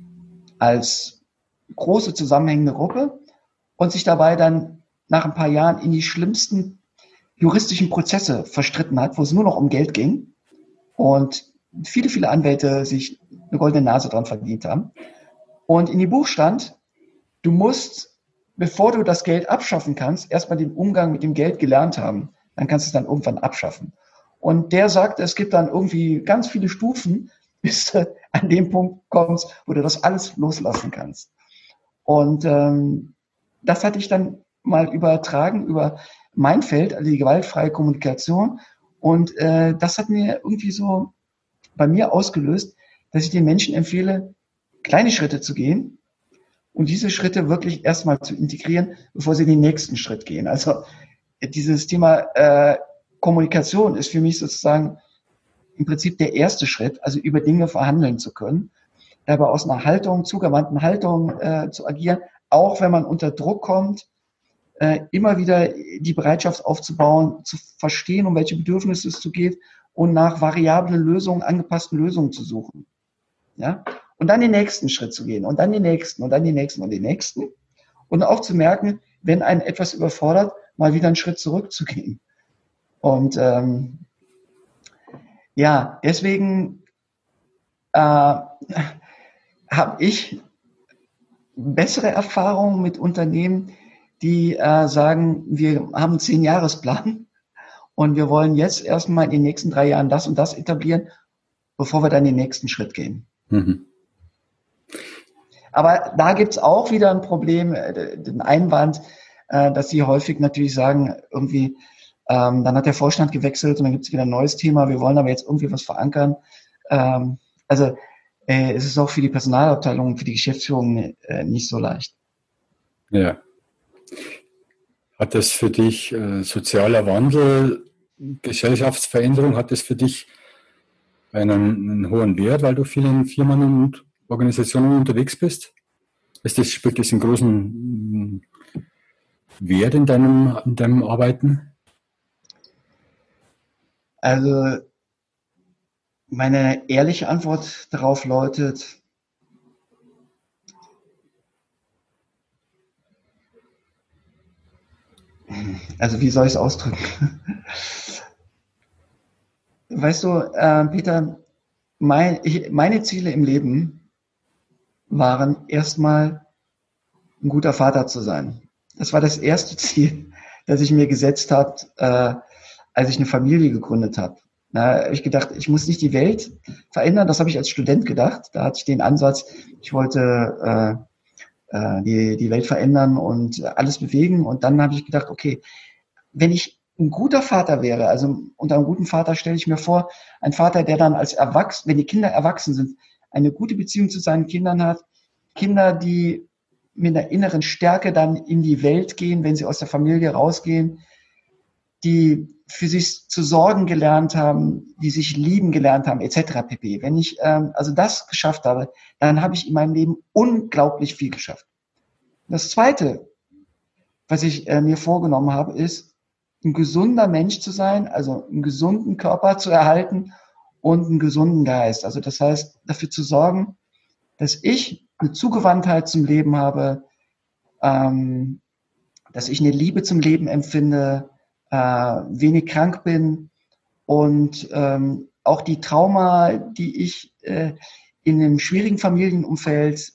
als große zusammenhängende Gruppe und sich dabei dann nach ein paar Jahren in die schlimmsten juristischen Prozesse verstritten hat, wo es nur noch um Geld ging und viele, viele Anwälte sich eine goldene Nase dran verdient haben. Und in dem Buch stand, du musst, bevor du das Geld abschaffen kannst, erstmal den Umgang mit dem Geld gelernt haben. Dann kannst du es dann irgendwann abschaffen. Und der sagt, es gibt dann irgendwie ganz viele Stufen, bis du an dem Punkt kommst, wo du das alles loslassen kannst. Und das hatte ich dann mal übertragen über mein Feld, also die gewaltfreie Kommunikation. Und das hat mir irgendwie so bei mir ausgelöst, dass ich den Menschen empfehle, kleine Schritte zu gehen und diese Schritte wirklich erstmal zu integrieren, bevor sie den nächsten Schritt gehen. Also dieses Thema Kommunikation ist für mich sozusagen im Prinzip der erste Schritt, also über Dinge verhandeln zu können, dabei aus einer Haltung, zugewandten Haltung zu agieren, auch wenn man unter Druck kommt, immer wieder die Bereitschaft aufzubauen, zu verstehen, um welche Bedürfnisse es geht und nach variablen Lösungen, angepassten Lösungen zu suchen. Ja? und dann den nächsten Schritt zu gehen und dann den nächsten und dann den nächsten und den nächsten und auch zu merken, wenn einen etwas überfordert, mal wieder einen Schritt zurückzugehen. Und ja, deswegen habe ich bessere Erfahrungen mit Unternehmen, die sagen, wir haben einen 10-Jahres-Plan und wir wollen jetzt erstmal in den nächsten 3 Jahren das und das etablieren, bevor wir dann den nächsten Schritt gehen. Mhm. Aber da gibt's auch wieder ein Problem, den Einwand, dass sie häufig natürlich sagen, irgendwie, dann hat der Vorstand gewechselt und dann gibt's wieder ein neues Thema, wir wollen aber jetzt irgendwie was verankern. Also es ist auch für die Personalabteilung, für die Geschäftsführung nicht so leicht. Ja. Hat das für dich sozialer Wandel, Gesellschaftsveränderung, hat das für dich einen hohen Wert, weil du viel in Firmen und Organisationen unterwegs bist? Spielt das einen großen Wert in deinem Arbeiten? Also meine ehrliche Antwort darauf lautet, also wie soll ich es ausdrücken? Weißt du, Peter, meine Ziele im Leben waren erstmal ein guter Vater zu sein. Das war das erste Ziel, das ich mir gesetzt habe, als ich eine Familie gegründet habe. Da habe ich gedacht, ich muss nicht die Welt verändern. Das habe ich als Student gedacht. Da hatte ich den Ansatz, ich wollte die Welt verändern und alles bewegen. Und dann habe ich gedacht, okay, wenn ich ein guter Vater wäre, also unter einem guten Vater stelle ich mir vor, ein Vater, der dann als erwachsen, wenn die Kinder erwachsen sind, eine gute Beziehung zu seinen Kindern hat, Kinder, die mit einer inneren Stärke dann in die Welt gehen, wenn sie aus der Familie rausgehen, die für sich zu sorgen gelernt haben, die sich lieben gelernt haben, etc. pp. Wenn ich also das geschafft habe, dann habe ich in meinem Leben unglaublich viel geschafft. Das Zweite, was ich mir vorgenommen habe, ist, ein gesunder Mensch zu sein, also einen gesunden Körper zu erhalten und einen gesunden Geist. Also das heißt, dafür zu sorgen, dass ich eine Zugewandtheit zum Leben habe, dass ich eine Liebe zum Leben empfinde, wenig krank bin und auch die Trauma, die ich in einem schwierigen Familienumfeld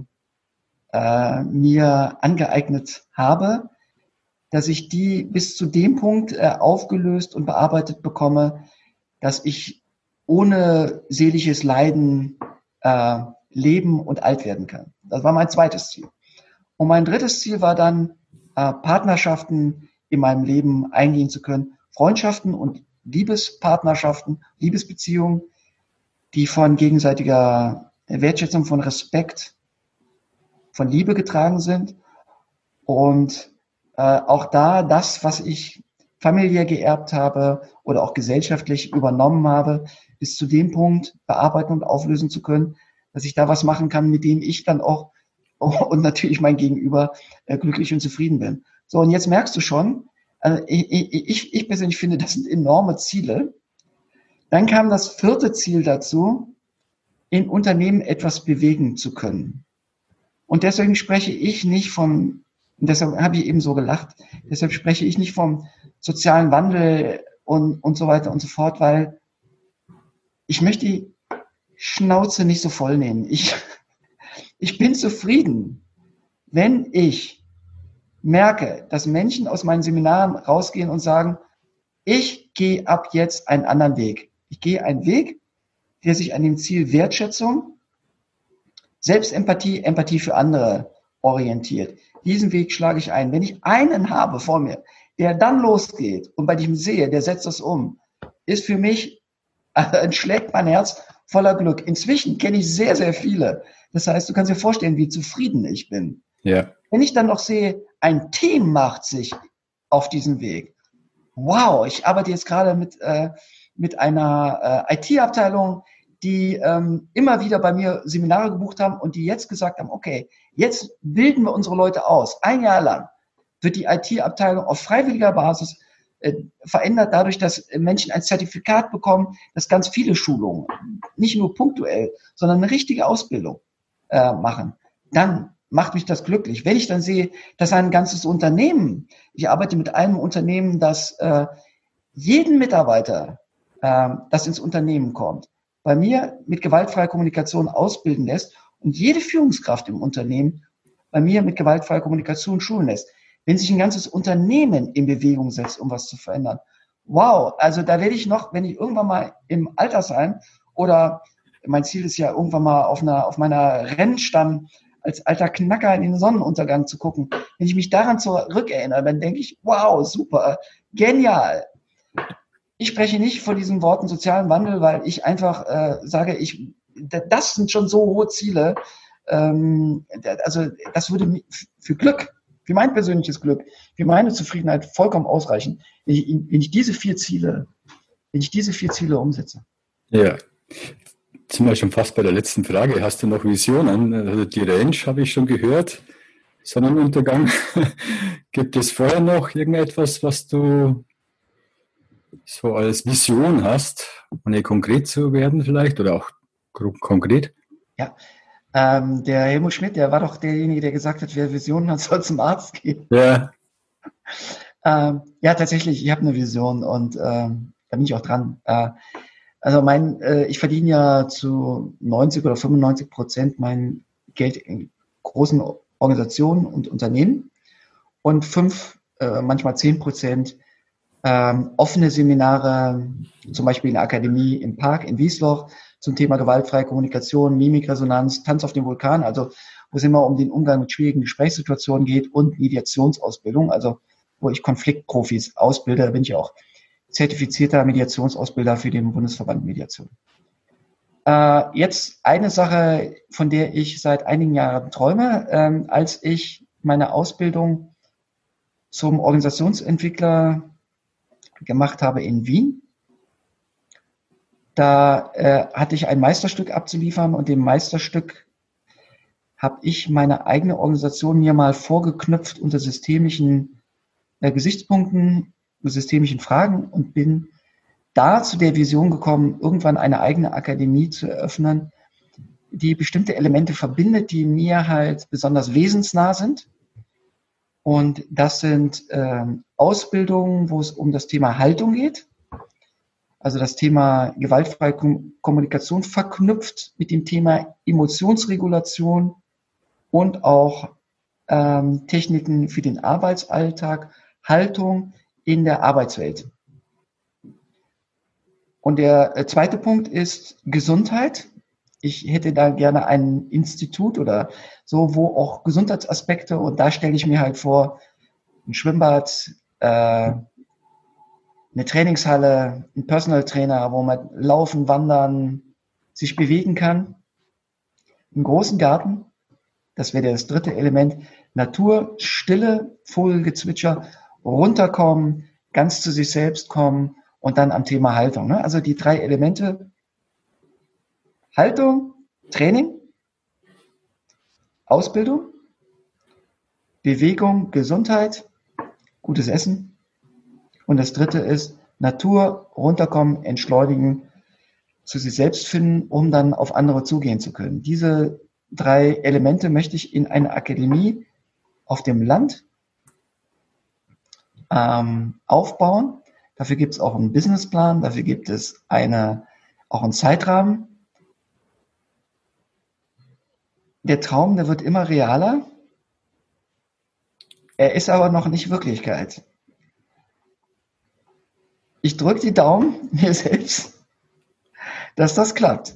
mir angeeignet habe, dass ich die bis zu dem Punkt aufgelöst und bearbeitet bekomme, dass ich ohne seelisches Leiden leben und alt werden kann. Das war mein zweites Ziel. Und mein drittes Ziel war dann, Partnerschaften in meinem Leben eingehen zu können. Freundschaften und Liebespartnerschaften, Liebesbeziehungen, die von gegenseitiger Wertschätzung, von Respekt, von Liebe getragen sind. Und auch da das, was ich familiär geerbt habe oder auch gesellschaftlich übernommen habe, bis zu dem Punkt bearbeiten und auflösen zu können, dass ich da was machen kann, mit dem ich dann auch und natürlich mein Gegenüber glücklich und zufrieden bin. So, und jetzt merkst du schon, also ich persönlich finde, das sind enorme Ziele. Dann kam das vierte Ziel dazu, in Unternehmen etwas bewegen zu können. Und deswegen spreche ich nicht von, und deshalb habe ich eben so gelacht, deshalb spreche ich nicht vom sozialen Wandel und so weiter und so fort, weil ich möchte die Schnauze nicht so voll nehmen. Ich bin zufrieden, wenn ich merke, dass Menschen aus meinen Seminaren rausgehen und sagen, ich gehe ab jetzt einen anderen Weg. Ich gehe einen Weg, der sich an dem Ziel Wertschätzung, Selbstempathie, Empathie für andere orientiert. Diesen Weg schlage ich ein. Wenn ich einen habe vor mir, der dann losgeht und bei dem ich sehe, der setzt das um, ist für mich, schlägt mein Herz voller Glück. Inzwischen kenne ich sehr, sehr viele. Das heißt, du kannst dir vorstellen, wie zufrieden ich bin. Ja. Wenn ich dann noch sehe, ein Team macht sich auf diesen Weg. Wow, ich arbeite jetzt gerade mit einer IT-Abteilung, die immer wieder bei mir Seminare gebucht haben und die jetzt gesagt haben, okay, jetzt bilden wir unsere Leute aus. 1 Jahr lang wird die IT-Abteilung auf freiwilliger Basis verändert dadurch, dass Menschen ein Zertifikat bekommen, dass ganz viele Schulungen, nicht nur punktuell, sondern eine richtige Ausbildung machen, dann macht mich das glücklich. Wenn ich dann sehe, dass ein ganzes Unternehmen, ich arbeite mit einem Unternehmen, das jeden Mitarbeiter, das ins Unternehmen kommt, bei mir mit gewaltfreier Kommunikation ausbilden lässt und jede Führungskraft im Unternehmen bei mir mit gewaltfreier Kommunikation schulen lässt. Wenn sich ein ganzes Unternehmen in Bewegung setzt, um was zu verändern. Wow, also da werde ich noch, wenn ich irgendwann mal im Altersheim oder mein Ziel ist ja irgendwann mal auf meiner Rennstamm als alter Knacker in den Sonnenuntergang zu gucken. Wenn ich mich daran zurückerinnere, dann denke ich, wow, super, genial. Ich spreche nicht von diesen Worten sozialen Wandel, weil ich einfach sage, das sind schon so hohe Ziele. Also das würde für Glück, für mein persönliches Glück, für meine Zufriedenheit vollkommen ausreichen, wenn ich diese vier Ziele umsetze. Ja, jetzt sind wir schon fast bei der letzten Frage. Hast du noch Visionen? Also die Range habe ich schon gehört, Sonnenuntergang. Gibt es vorher noch irgendetwas, was du so als Vision hast, ohne konkret zu werden vielleicht oder auch konkret? Ja, der Helmut Schmidt, der war doch derjenige, der gesagt hat, wer Visionen hat, soll zum Arzt gehen. Ja. Ja, tatsächlich, ich habe eine Vision und da bin ich auch dran. Also ich verdiene ja zu 90 oder 95% mein Geld in großen Organisationen und Unternehmen und 5, manchmal 10% offene Seminare, zum Beispiel in der Akademie im Park in Wiesloch zum Thema gewaltfreie Kommunikation, Mimikresonanz, Tanz auf dem Vulkan, also wo es immer um den Umgang mit schwierigen Gesprächssituationen geht und Mediationsausbildung, also wo ich Konfliktprofis ausbilde, da bin ich auch zertifizierter Mediationsausbilder für den Bundesverband Mediation. Jetzt eine Sache, von der ich seit einigen Jahren träume, als ich meine Ausbildung zum Organisationsentwickler gemacht habe in Wien. Da hatte ich ein Meisterstück abzuliefern und dem Meisterstück habe ich meine eigene Organisation mir mal vorgeknüpft unter systemischen Gesichtspunkten, systemischen Fragen und bin da zu der Vision gekommen, irgendwann eine eigene Akademie zu eröffnen, die bestimmte Elemente verbindet, die mir halt besonders wesensnah sind. Und das sind Ausbildungen, wo es um das Thema Haltung geht. Also das Thema gewaltfreie Kommunikation verknüpft mit dem Thema Emotionsregulation und auch Techniken für den Arbeitsalltag, Haltung in der Arbeitswelt. Und der zweite Punkt ist Gesundheit. Ich hätte da gerne ein Institut oder so, wo auch Gesundheitsaspekte, und da stelle ich mir halt vor, ein Schwimmbad, eine Trainingshalle, ein Personal Trainer, wo man laufen, wandern, sich bewegen kann. Einen großen Garten, das wäre das dritte Element. Natur, Stille, Vogelgezwitscher, runterkommen, ganz zu sich selbst kommen und dann am Thema Haltung. Ne? Also die 3 Elemente: Haltung, Training, Ausbildung, Bewegung, Gesundheit, gutes Essen. Und das dritte ist Natur, runterkommen, entschleunigen, zu sich selbst finden, um dann auf andere zugehen zu können. Diese 3 Elemente möchte ich in einer Akademie auf dem Land aufbauen. Dafür gibt es auch einen Businessplan, dafür gibt es auch einen Zeitrahmen. Der Traum, der wird immer realer. Er ist aber noch nicht Wirklichkeit. Ich drücke die Daumen mir selbst, dass das klappt.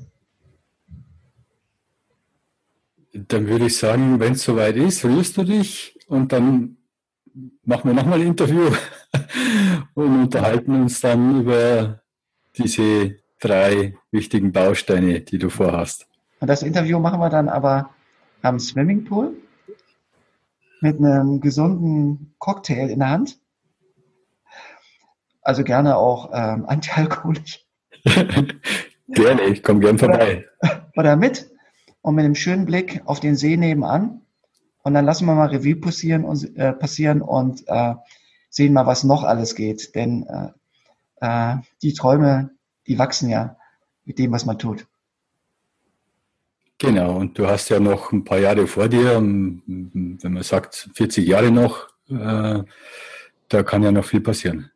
Dann würde ich sagen, wenn es soweit ist, rührst du dich und dann machen wir nochmal ein Interview und unterhalten uns dann über diese 3 wichtigen Bausteine, die du vorhast. Und das Interview machen wir dann aber am Swimmingpool mit einem gesunden Cocktail in der Hand. Also gerne auch antialkoholisch. Gerne, ich komme gern vorbei. Oder mit und mit einem schönen Blick auf den See nebenan. Und dann lassen wir mal Revue passieren und sehen mal, was noch alles geht. Denn die Träume, die wachsen ja mit dem, was man tut. Genau, und du hast ja noch ein paar Jahre vor dir, wenn man sagt 40 Jahre noch, da kann ja noch viel passieren.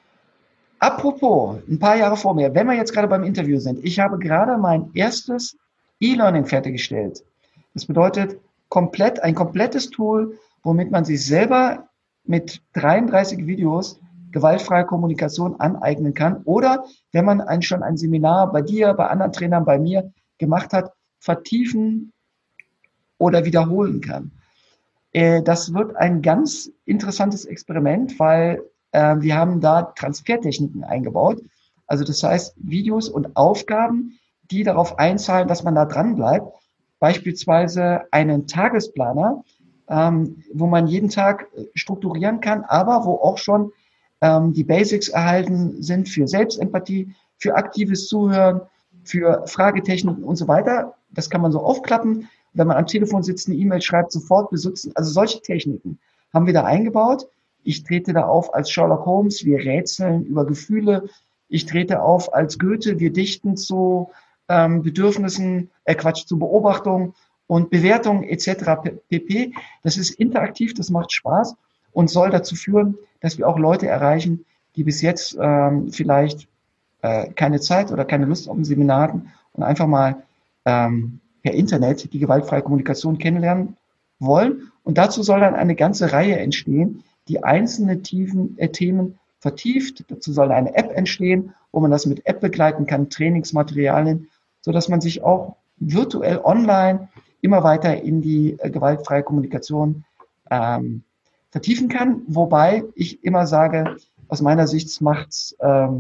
Apropos, ein paar Jahre vor mir, wenn wir jetzt gerade beim Interview sind, ich habe gerade mein erstes E-Learning fertiggestellt. Das bedeutet ein komplettes Tool, womit man sich selber mit 33 Videos gewaltfreie Kommunikation aneignen kann. Oder wenn man schon ein Seminar bei dir, bei anderen Trainern, bei mir gemacht hat, vertiefen oder wiederholen kann. Das wird ein ganz interessantes Experiment, weil wir haben da Transfertechniken eingebaut. Also das heißt Videos und Aufgaben, die darauf einzahlen, dass man da dran bleibt. Beispielsweise einen Tagesplaner, wo man jeden Tag strukturieren kann, aber wo auch schon die Basics erhalten sind für Selbstempathie, für aktives Zuhören, für Fragetechniken und so weiter. Das kann man so aufklappen. Wenn man am Telefon sitzt, eine E-Mail schreibt, sofort benutzen. Also solche Techniken haben wir da eingebaut. Ich trete da auf als Sherlock Holmes, wir rätseln über Gefühle. Ich trete auf als Goethe, wir dichten zu Bedürfnissen, zu Beobachtung und Bewertung etc. pp. Das ist interaktiv, das macht Spaß und soll dazu führen, dass wir auch Leute erreichen, die bis jetzt vielleicht keine Zeit oder keine Lust auf ein Seminar hatten und einfach mal per Internet die gewaltfreie Kommunikation kennenlernen wollen. Und dazu soll dann eine ganze Reihe entstehen, die einzelne Themen vertieft. Dazu soll eine App entstehen, wo man das mit App begleiten kann, Trainingsmaterialien, sodass man sich auch virtuell online immer weiter in die gewaltfreie Kommunikation vertiefen kann. Wobei ich immer sage, aus meiner Sicht macht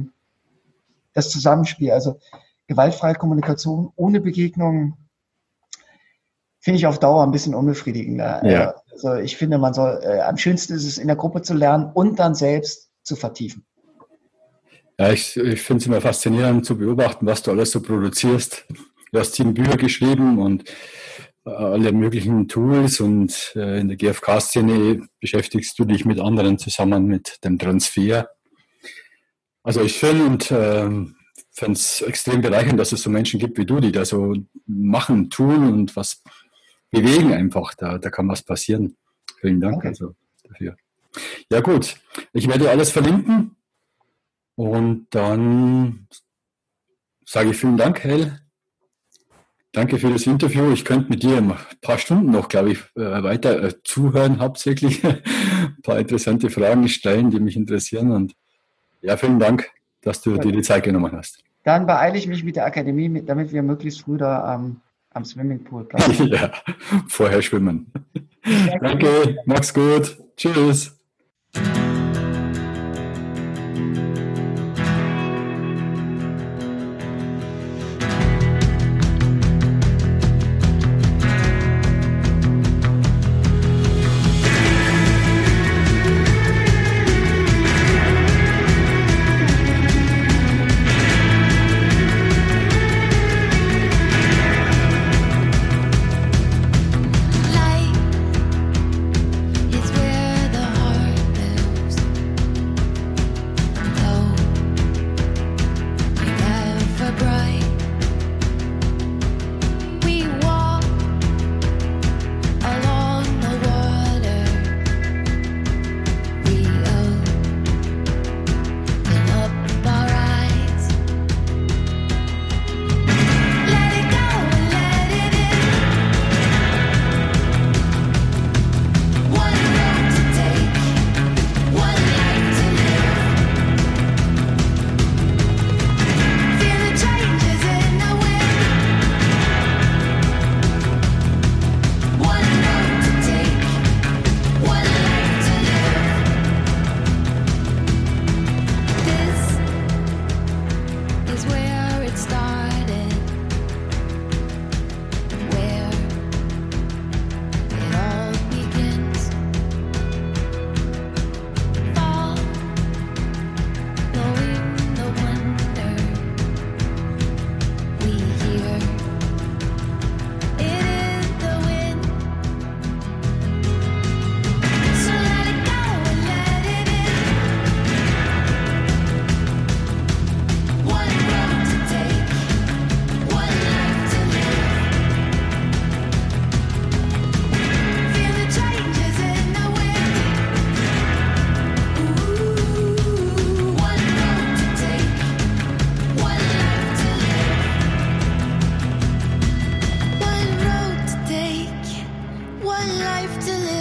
das Zusammenspiel, also gewaltfreie Kommunikation ohne Begegnung, finde ich auf Dauer ein bisschen unbefriedigender. Ja. Also ich finde, man soll, am schönsten ist es, in der Gruppe zu lernen und dann selbst zu vertiefen. Ja, ich finde es immer faszinierend zu beobachten, was du alles so produzierst. Du hast 7 Bücher geschrieben und alle möglichen Tools und in der GfK-Szene beschäftigst du dich mit anderen zusammen mit dem Transfer. Also ich finde es extrem bereichernd, dass es so Menschen gibt wie du, die da so machen, tun und was bewegen einfach. Da kann was passieren. Vielen Dank also dafür. Ja gut, ich werde alles verlinken und dann sage ich vielen Dank, Hel. Danke für das Interview. Ich könnte mit dir ein paar Stunden noch, glaube ich, weiter zuhören, hauptsächlich ein paar interessante Fragen stellen, die mich interessieren. Und ja, vielen Dank, dass du dir die Zeit genommen hast. Dann beeile ich mich mit der Akademie, damit wir möglichst früh da am Swimmingpool bleiben. Ja, vorher schwimmen. Danke, mach's gut. Tschüss. Light is where the heart lives. life to live.